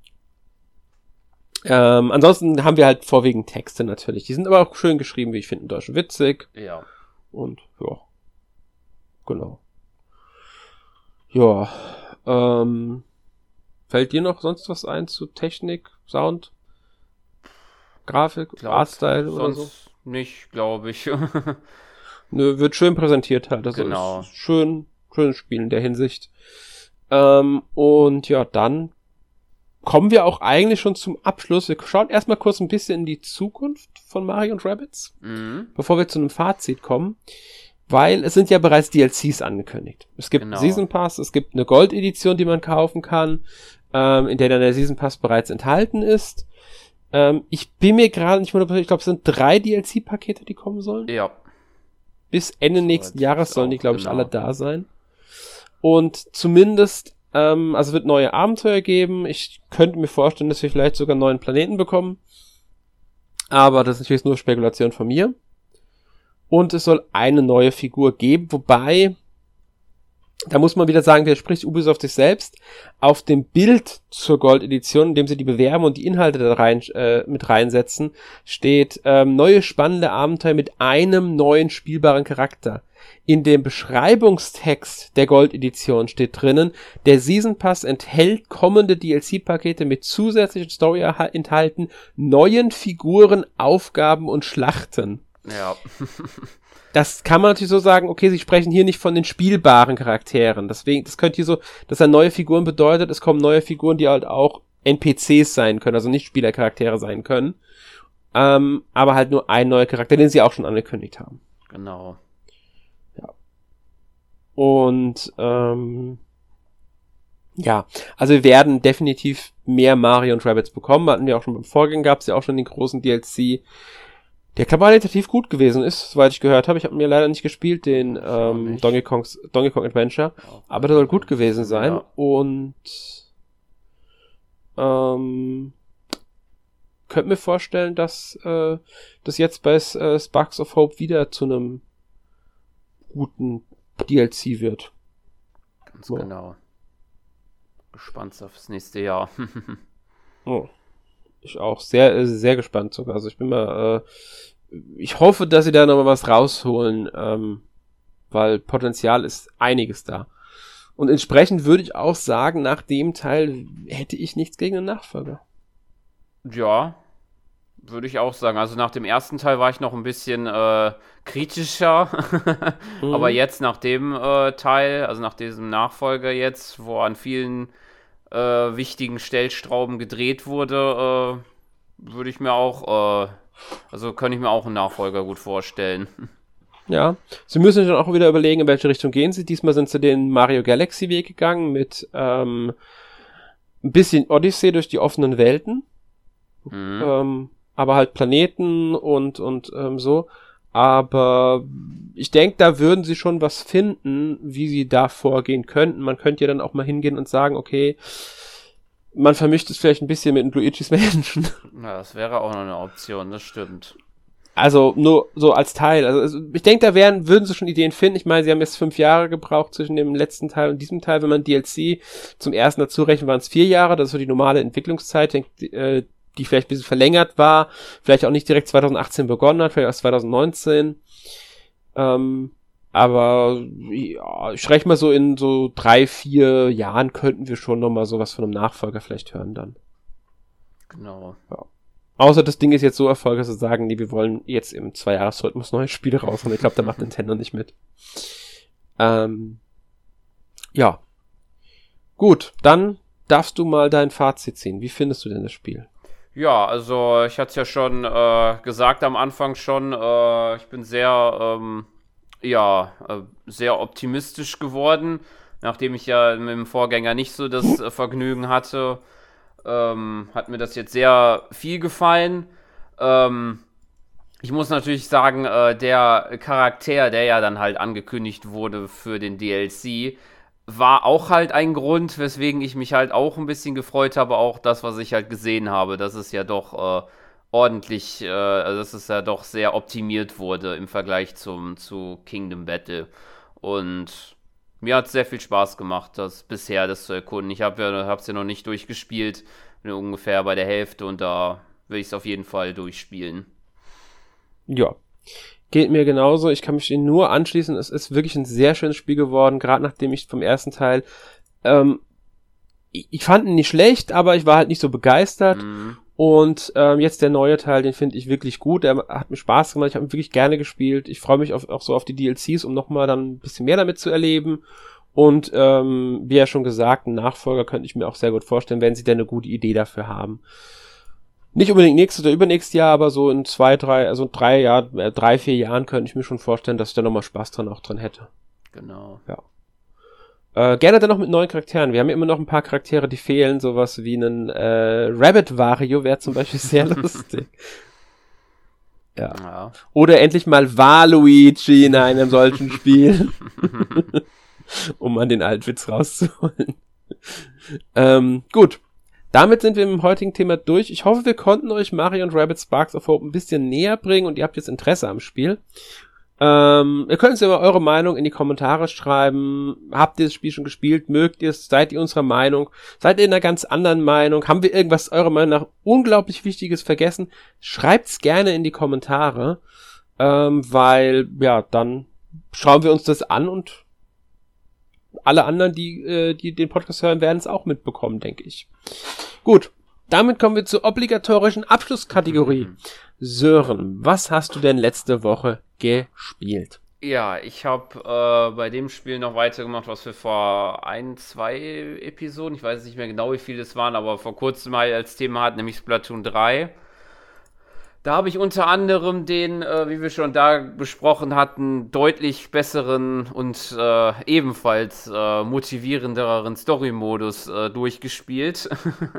Ansonsten haben wir halt vorwiegend Texte natürlich. Die sind aber auch schön geschrieben, wie ich finde, in Deutsch witzig. Ja. Und ja. Genau. Ja. Fällt dir noch sonst was ein zu Technik, Sound? Grafik, Artstyle oder so? Nicht, glaube ich. Nö, wird schön präsentiert halt. Also genau. Schönes Spiel in der Hinsicht. Und ja, dann kommen wir auch eigentlich schon zum Abschluss. Wir schauen erstmal kurz ein bisschen in die Zukunft von Mario und Rabbids, bevor wir zu einem Fazit kommen. Weil es sind ja bereits DLCs angekündigt. Es gibt Season Pass, es gibt eine Gold-Edition, die man kaufen kann, in der dann der Season Pass bereits enthalten ist. Ich bin mir gerade nicht mehr, ich glaube, es sind 3 DLC-Pakete, die kommen sollen. Ja. Bis Ende nächsten Jahres sollen die, glaube ich, alle da sein. Und zumindest, also wird neue Abenteuer geben. Ich könnte mir vorstellen, dass wir vielleicht sogar einen neuen Planeten bekommen. Aber das ist natürlich nur Spekulation von mir. Und es soll eine neue Figur geben, wobei, da muss man wieder sagen, widerspricht Ubisoft sich selbst. Auf dem Bild zur Gold-Edition, in dem sie die bewerben und die Inhalte da rein, mit reinsetzen, steht neue spannende Abenteuer mit einem neuen spielbaren Charakter. In dem Beschreibungstext der Gold-Edition steht drinnen, der Season Pass enthält kommende DLC-Pakete mit zusätzlichen Story enthalten, neuen Figuren, Aufgaben und Schlachten. Ja. Das kann man natürlich so sagen, okay, sie sprechen hier nicht von den spielbaren Charakteren. Deswegen, das könnte hier so, dass er neue Figuren bedeutet, es kommen neue Figuren, die halt auch NPCs sein können, also nicht Spielercharaktere sein können. Aber halt nur ein neuer Charakter, den sie auch schon angekündigt haben. Genau. Ja. Und, ja, also wir werden definitiv mehr Mario und Rabbids bekommen. Hatten wir auch schon beim Vorgänger, gab es ja auch schon den großen DLC, der qualitativ gut gewesen ist, soweit ich gehört habe. Ich habe mir leider nicht gespielt, den Donkey Kong Adventure, aber der soll gut gewesen sein. Ja. Und könnte mir vorstellen, dass das jetzt bei Sparks of Hope wieder zu einem guten DLC wird. Ganz genau. Gespannt aufs nächste Jahr. Oh. Ich auch sehr, sehr gespannt sogar. Also ich bin mal, ich hoffe, dass sie da noch mal was rausholen, weil Potenzial ist einiges da. Und entsprechend würde ich auch sagen, nach dem Teil hätte ich nichts gegen einen Nachfolger. Ja, würde ich auch sagen. Also nach dem ersten Teil war ich noch ein bisschen kritischer. Aber jetzt nach dem Teil, also nach diesem Nachfolger jetzt, wo an vielen wichtigen Stellstrauben gedreht wurde, würde ich mir auch, also könnte ich mir auch einen Nachfolger gut vorstellen. Ja, sie müssen dann auch wieder überlegen, in welche Richtung gehen sie. Diesmal sind sie den Mario Galaxy Weg gegangen mit ein bisschen Odyssey durch die offenen Welten, aber halt Planeten und so. Aber ich denke, da würden sie schon was finden, wie sie da vorgehen könnten. Man könnte ja dann auch mal hingehen und sagen, okay, man vermischt es vielleicht ein bisschen mit Luigi's Mansion. Ja, das wäre auch noch eine Option, das stimmt. Also nur so als Teil. Also ich denke, würden sie schon Ideen finden. Ich meine, sie haben jetzt 5 Jahre gebraucht zwischen dem letzten Teil und diesem Teil. Wenn man DLC zum ersten dazu rechnet, waren es 4 Jahre. Das ist so die normale Entwicklungszeit, die vielleicht ein bisschen verlängert war. Vielleicht auch nicht direkt 2018 begonnen hat, vielleicht erst 2019. Aber ja, ich rechne mal so in so 3-4 Jahren könnten wir schon nochmal sowas von einem Nachfolger vielleicht hören dann. Genau. Ja. Außer das Ding ist jetzt so erfolgreich, dass sie sagen, nee, wir wollen jetzt im 2-Jahres-Rhythmus neue Spiele raushauen. Ich glaube, da macht Nintendo nicht mit. Ja. Gut, dann darfst du mal dein Fazit ziehen. Wie findest du denn das Spiel? Ja, also ich hatte es ja schon gesagt am Anfang schon, ich bin sehr, sehr optimistisch geworden, nachdem ich ja mit dem Vorgänger nicht so das Vergnügen hatte. Hat mir das jetzt sehr viel gefallen. Ich muss natürlich sagen, der Charakter, der ja dann halt angekündigt wurde für den DLC, war auch halt ein Grund, weswegen ich mich halt auch ein bisschen gefreut habe, auch das, was ich halt gesehen habe, dass es ja doch ordentlich, also dass es ja doch sehr optimiert wurde im Vergleich zu Kingdom Battle. Und mir hat es sehr viel Spaß gemacht, das zu erkunden. Ich hab's ja noch nicht durchgespielt, bin ungefähr bei der Hälfte und da will ich es auf jeden Fall durchspielen. Ja, geht mir genauso. Ich kann mich Ihnen nur anschließen. Es ist wirklich ein sehr schönes Spiel geworden, gerade nachdem ich vom ersten Teil ich fand ihn nicht schlecht, aber ich war halt nicht so begeistert. Und jetzt der neue Teil, den finde ich wirklich gut. Der hat mir Spaß gemacht. Ich habe ihn wirklich gerne gespielt. Ich freue mich auch so auf die DLCs, um nochmal dann ein bisschen mehr damit zu erleben. Und wie ja schon gesagt, einen Nachfolger könnte ich mir auch sehr gut vorstellen, wenn sie denn eine gute Idee dafür haben. Nicht unbedingt nächstes oder übernächstes Jahr, aber so in 3-4 Jahren könnte ich mir schon vorstellen, dass ich da nochmal Spaß dran hätte. Genau. Ja. Gerne dann noch mit neuen Charakteren. Wir haben ja immer noch ein paar Charaktere, die fehlen. Sowas wie einen Rabbit Wario wäre zum Beispiel sehr lustig. Ja. Oder endlich mal Waluigi in einem solchen Spiel. Um an den Altwitz rauszuholen. Gut. Damit sind wir mit dem heutigen Thema durch. Ich hoffe, wir konnten euch Mario und Rabbids Sparks of Hope ein bisschen näher bringen und ihr habt jetzt Interesse am Spiel. Ihr könnt uns ja mal eure Meinung in die Kommentare schreiben. Habt ihr das Spiel schon gespielt? Mögt ihr es? Seid ihr unserer Meinung? Seid ihr in einer ganz anderen Meinung? Haben wir irgendwas eurer Meinung nach unglaublich Wichtiges vergessen? Schreibt's gerne in die Kommentare, weil, ja, dann schauen wir uns das an und alle anderen, die den Podcast hören, werden es auch mitbekommen, denke ich. Gut, damit kommen wir zur obligatorischen Abschlusskategorie. Sören, was hast du denn letzte Woche gespielt? Ja, ich habe bei dem Spiel noch weitergemacht, was wir vor 1-2 Episoden, ich weiß nicht mehr genau, wie viele es waren, aber vor kurzem mal als Thema hatten, nämlich Splatoon 3. Da habe ich unter anderem den, wie wir schon da besprochen hatten, deutlich besseren und ebenfalls motivierenderen Story-Modus durchgespielt.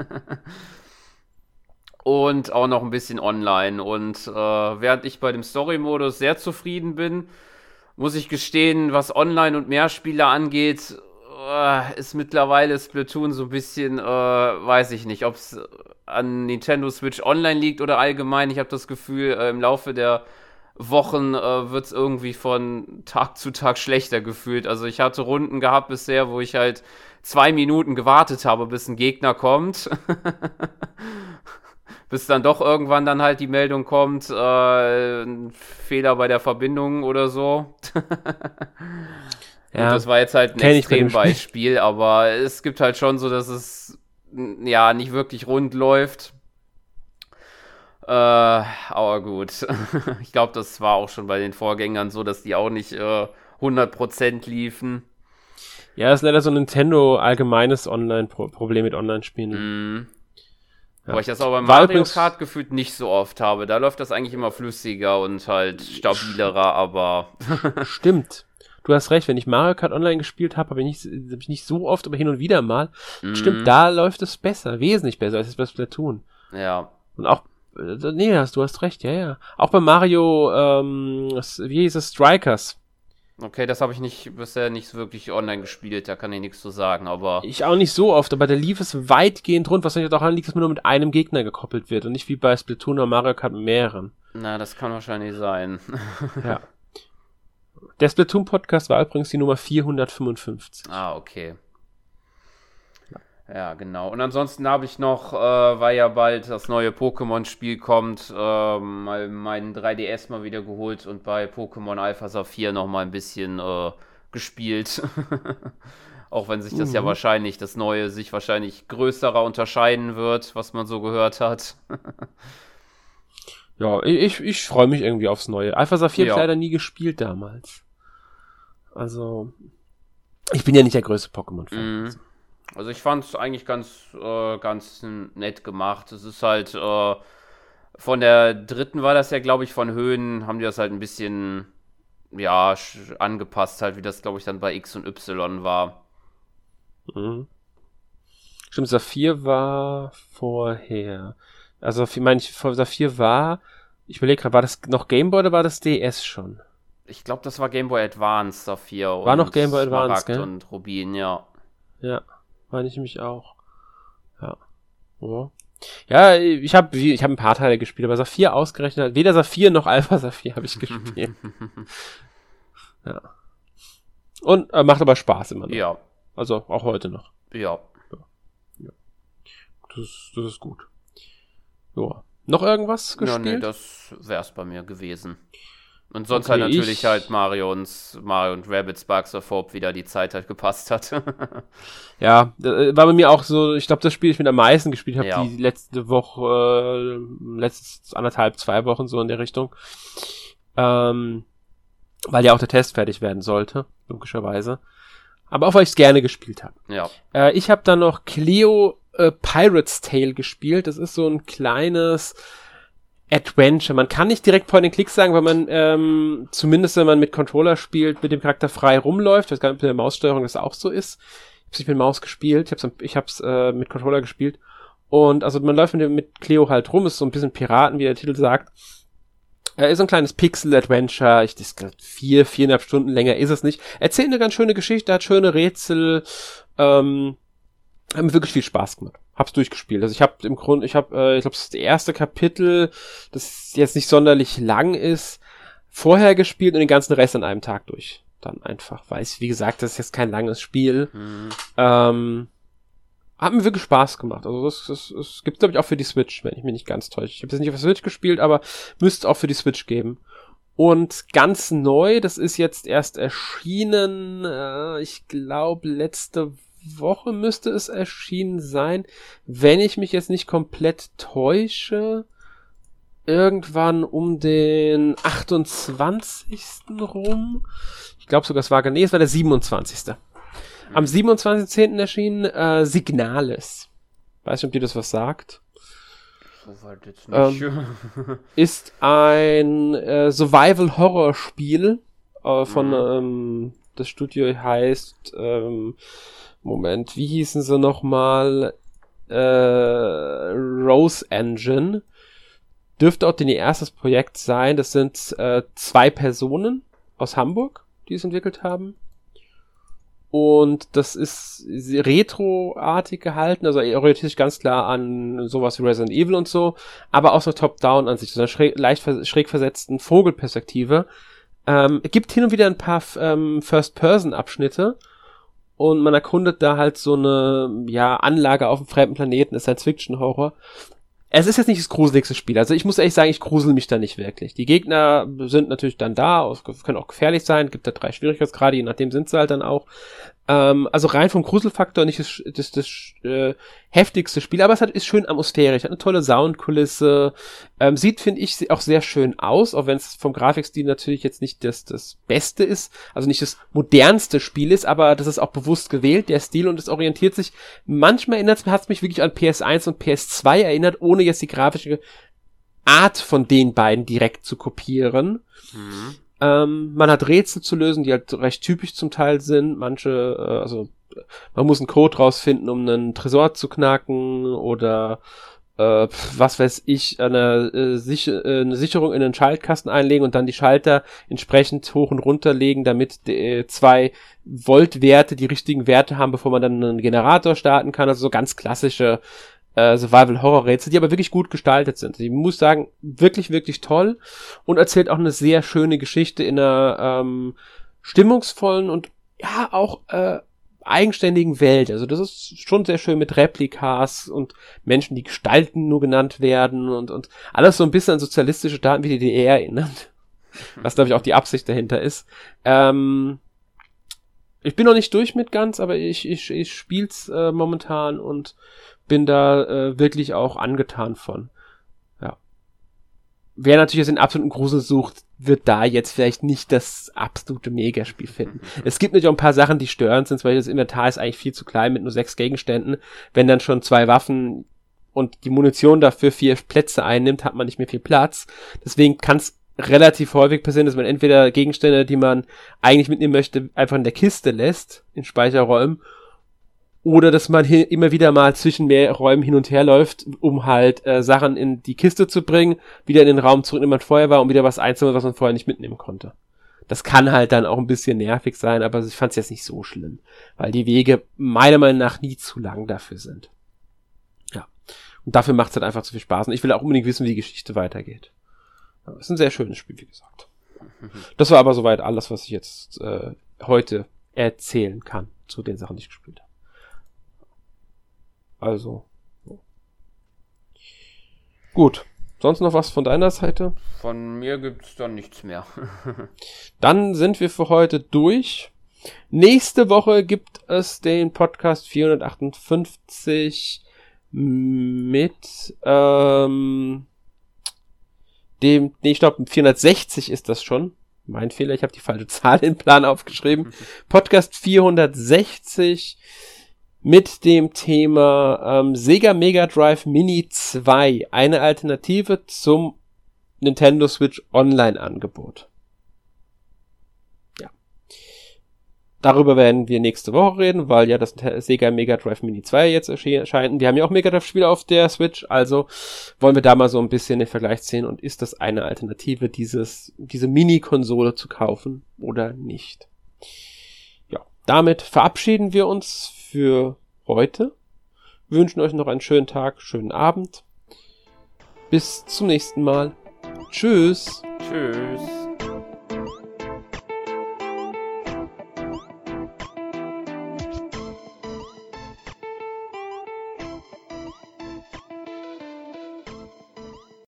Und auch noch ein bisschen online. Und während ich bei dem Story-Modus sehr zufrieden bin, muss ich gestehen, was Online- und Mehrspieler angeht, ist mittlerweile Splatoon so ein bisschen, weiß ich nicht, ob es an Nintendo Switch Online liegt oder allgemein. Ich habe das Gefühl, im Laufe der Wochen wird es irgendwie von Tag zu Tag schlechter gefühlt. Also ich hatte Runden gehabt bisher, wo ich halt 2 Minuten gewartet habe, bis ein Gegner kommt. Bis dann doch irgendwann dann halt die Meldung kommt, ein Fehler bei der Verbindung oder so. Ja, das war jetzt halt ein Extrembeispiel, aber es gibt halt schon so, dass es ja nicht wirklich rund läuft. Aber gut. Ich glaube, das war auch schon bei den Vorgängern so, dass die auch nicht 100% liefen. Ja, das ist leider so ein Nintendo allgemeines Problem mit Online-Spielen. Ja. Aber ich das auch bei Mario Kart gefühlt nicht so oft habe. Da läuft das eigentlich immer flüssiger und halt stabilerer, aber... Stimmt. Du hast recht, wenn ich Mario Kart Online gespielt habe, habe ich nicht so oft, aber hin und wieder mal. Stimmt, da läuft es besser, wesentlich besser als bei Splatoon. Ja. Und auch, du hast recht, ja. Auch bei Mario, wie hieß es, Strikers. Okay, das habe ich bisher nicht wirklich online gespielt, da kann ich nichts zu sagen, aber... Ich auch nicht so oft, aber da lief es weitgehend rund, was natürlich auch daran liegt, dass man nur mit einem Gegner gekoppelt wird und nicht wie bei Splatoon oder Mario Kart mit mehreren. Na, das kann wahrscheinlich sein. Ja. Der Splatoon-Podcast war übrigens die Nummer 455. Ah, okay. Ja, genau. Und ansonsten habe ich noch, weil ja bald das neue Pokémon-Spiel kommt, mal meinen 3DS mal wieder geholt und bei Pokémon Alpha Saphir noch mal ein bisschen gespielt. Auch wenn sich das ja wahrscheinlich, das Neue sich wahrscheinlich größerer unterscheiden wird, was man so gehört hat. Ja, ich freue mich irgendwie aufs Neue. Alpha Saphir habe ich Ja. leider nie gespielt damals. Also, ich bin ja nicht der größte Pokémon-Fan. Mhm. Also ich fand es eigentlich ganz nett gemacht. Es ist halt von der dritten war das ja, glaube ich, von Höhen haben die das halt ein bisschen ja angepasst halt, wie das, glaube ich, dann bei X und Y war. Mhm. Stimmt, Saphir war vorher. Also, Saphir war, ich überlege gerade, war das noch Game Boy oder war das DS schon? Ich glaube, das war Game Boy Advance, Saphir War und noch Game Boy Advance, Smaragd gell? und Rubin, ja. Ja, meine ich mich auch. Ja. Ja. Ja, ich hab ein paar Teile gespielt, aber Saphir ausgerechnet, weder Saphir noch Alpha Saphir habe ich gespielt. Ja. Und macht aber Spaß immer noch. Ja, Also auch heute noch. ja. Das ist gut. Ja. Noch irgendwas Ja, nee, gespielt? das wär's bei mir gewesen. Und sonst Okay, halt natürlich halt Mario und Rabbids Sparks of Hope wieder die Zeit halt gepasst hat. Ja, war bei mir auch so, ich glaube, das Spiel, das ich mit am meisten gespielt habe, Ja. die letzte Woche, letztes 1,5, 2 Wochen so in der Richtung. Weil ja auch der Test fertig werden sollte, logischerweise. Aber auch, weil ich es gerne gespielt habe. Ja. Ich habe dann noch Cleo Pirate's Tale gespielt. Das ist so ein kleines Adventure. Man kann nicht direkt Point-and-Click sagen, weil man zumindest, wenn man mit Controller spielt, mit dem Charakter frei rumläuft. Ich weiß gar nicht, ob mit der Maussteuerung das auch so ist. Ich hab's nicht mit Maus gespielt. Ich hab's mit Controller gespielt. Und also man läuft mit Cleo halt rum. Ist so ein bisschen Piraten, wie der Titel sagt. Ist so ein kleines Pixel-Adventure. Das ist 4,5 Stunden länger ist es nicht. Erzählt eine ganz schöne Geschichte, hat schöne Rätsel. Hat mir wirklich viel Spaß gemacht. Hab's durchgespielt. Also ich glaube, das ist das erste Kapitel, das jetzt nicht sonderlich lang ist, vorher gespielt und den ganzen Rest an einem Tag durch. Dann einfach, wie gesagt, das ist jetzt kein langes Spiel. Hat mir wirklich Spaß gemacht. Also das gibt's, glaube ich, auch für die Switch, wenn ich mich nicht ganz täusche. Ich habe jetzt nicht auf der Switch gespielt, aber müsste es auch für die Switch geben. Und ganz neu, das ist jetzt erst erschienen, ich glaube, letzte Woche müsste es erschienen sein, wenn ich mich jetzt nicht komplett täusche. Irgendwann um den 28. rum. Ich glaube sogar, es war der 27. Am 27.10. erschienen Signalis. Weiß nicht, ob dir das was sagt. Soweit jetzt nicht. Ist ein Survival-Horror-Spiel von das Studio heißt Moment, wie hießen sie nochmal? Rose Engine. Dürfte auch ihr erstes Projekt sein. Das sind 2 Personen aus Hamburg, die es entwickelt haben. Und das ist retroartig gehalten, also er orientiert sich ganz klar an sowas wie Resident Evil und so, aber auch so Top-Down an sich, so einer leicht schräg versetzten Vogelperspektive. Gibt hin und wieder ein paar First-Person-Abschnitte und man erkundet da halt so eine Anlage auf einem fremden Planeten, ist Science-Fiction-Horror. Es ist jetzt nicht das gruseligste Spiel. Also ich muss ehrlich sagen, ich grusel mich da nicht wirklich. Die Gegner sind natürlich dann da, können auch gefährlich sein, gibt da 3 Schwierigkeitsgrade, je nachdem sind sie halt dann auch. Also rein vom Gruselfaktor nicht das heftigste Spiel, aber ist schön atmosphärisch, hat eine tolle Soundkulisse, sieht, finde ich, auch sehr schön aus, auch wenn es vom Grafikstil natürlich jetzt nicht das Beste ist, also nicht das modernste Spiel ist, aber das ist auch bewusst gewählt, der Stil, und es orientiert sich, manchmal hat es mich wirklich an PS1 und PS2 erinnert, ohne jetzt die grafische Art von den beiden direkt zu kopieren. Man hat Rätsel zu lösen, die halt recht typisch zum Teil sind. Manche, man muss einen Code rausfinden, um einen Tresor zu knacken oder was weiß ich, eine Sicherung in einen Schaltkasten einlegen und dann die Schalter entsprechend hoch und runter legen, damit 2 Voltwerte die richtigen Werte haben, bevor man dann einen Generator starten kann. Also so ganz klassische Survival-Horror-Rätsel, die aber wirklich gut gestaltet sind. Ich muss sagen, wirklich, wirklich toll und erzählt auch eine sehr schöne Geschichte in einer stimmungsvollen und ja auch eigenständigen Welt. Also das ist schon sehr schön mit Replikas und Menschen, die Gestalten nur genannt werden und alles so ein bisschen an sozialistische Staaten wie die DDR erinnert. Was, glaube ich, auch die Absicht dahinter ist. Ich bin noch nicht durch mit ganz, aber ich spiel's momentan und bin da wirklich auch angetan von. Ja. Wer natürlich jetzt den absoluten Grusel sucht, wird da jetzt vielleicht nicht das absolute Megaspiel finden. Es gibt natürlich auch ein paar Sachen, die störend sind, weil das Inventar ist eigentlich viel zu klein mit nur 6 Gegenständen. Wenn dann schon 2 Waffen und die Munition dafür 4 Plätze einnimmt, hat man nicht mehr viel Platz. Deswegen kann es relativ häufig passieren, dass man entweder Gegenstände, die man eigentlich mitnehmen möchte, einfach in der Kiste lässt, in Speicherräumen, oder dass man immer wieder mal zwischen mehr Räumen hin und her läuft, um halt Sachen in die Kiste zu bringen, wieder in den Raum zurück, in dem man vorher war, um wieder was einzunehmen, was man vorher nicht mitnehmen konnte. Das kann halt dann auch ein bisschen nervig sein, aber ich fand es jetzt nicht so schlimm, weil die Wege meiner Meinung nach nie zu lang dafür sind. Ja. Und dafür macht es halt einfach zu viel Spaß. Und ich will auch unbedingt wissen, wie die Geschichte weitergeht. Ja, ist ein sehr schönes Spiel, wie gesagt. Das war aber soweit alles, was ich jetzt heute erzählen kann zu den Sachen, die ich gespielt habe. Also. So. Gut. Sonst noch was von deiner Seite? Von mir gibt's dann nichts mehr. Dann sind wir für heute durch. Nächste Woche gibt es den Podcast 458 mit ich glaube 460 ist das schon. Mein Fehler, ich habe die falsche Zahl in den Plan aufgeschrieben. Podcast 460 mit dem Thema Sega Mega Drive Mini 2, eine Alternative zum Nintendo Switch Online-Angebot. Ja. Darüber werden wir nächste Woche reden, weil ja das Sega Mega Drive Mini 2 jetzt erscheint. Wir haben ja auch Mega Drive-Spiele auf der Switch, also wollen wir da mal so ein bisschen den Vergleich sehen und ist das eine Alternative, diese Mini-Konsole zu kaufen oder nicht. Ja, damit verabschieden wir uns für heute. Wünschen euch noch einen schönen Tag, schönen Abend. Bis zum nächsten Mal. Tschüss. Tschüss.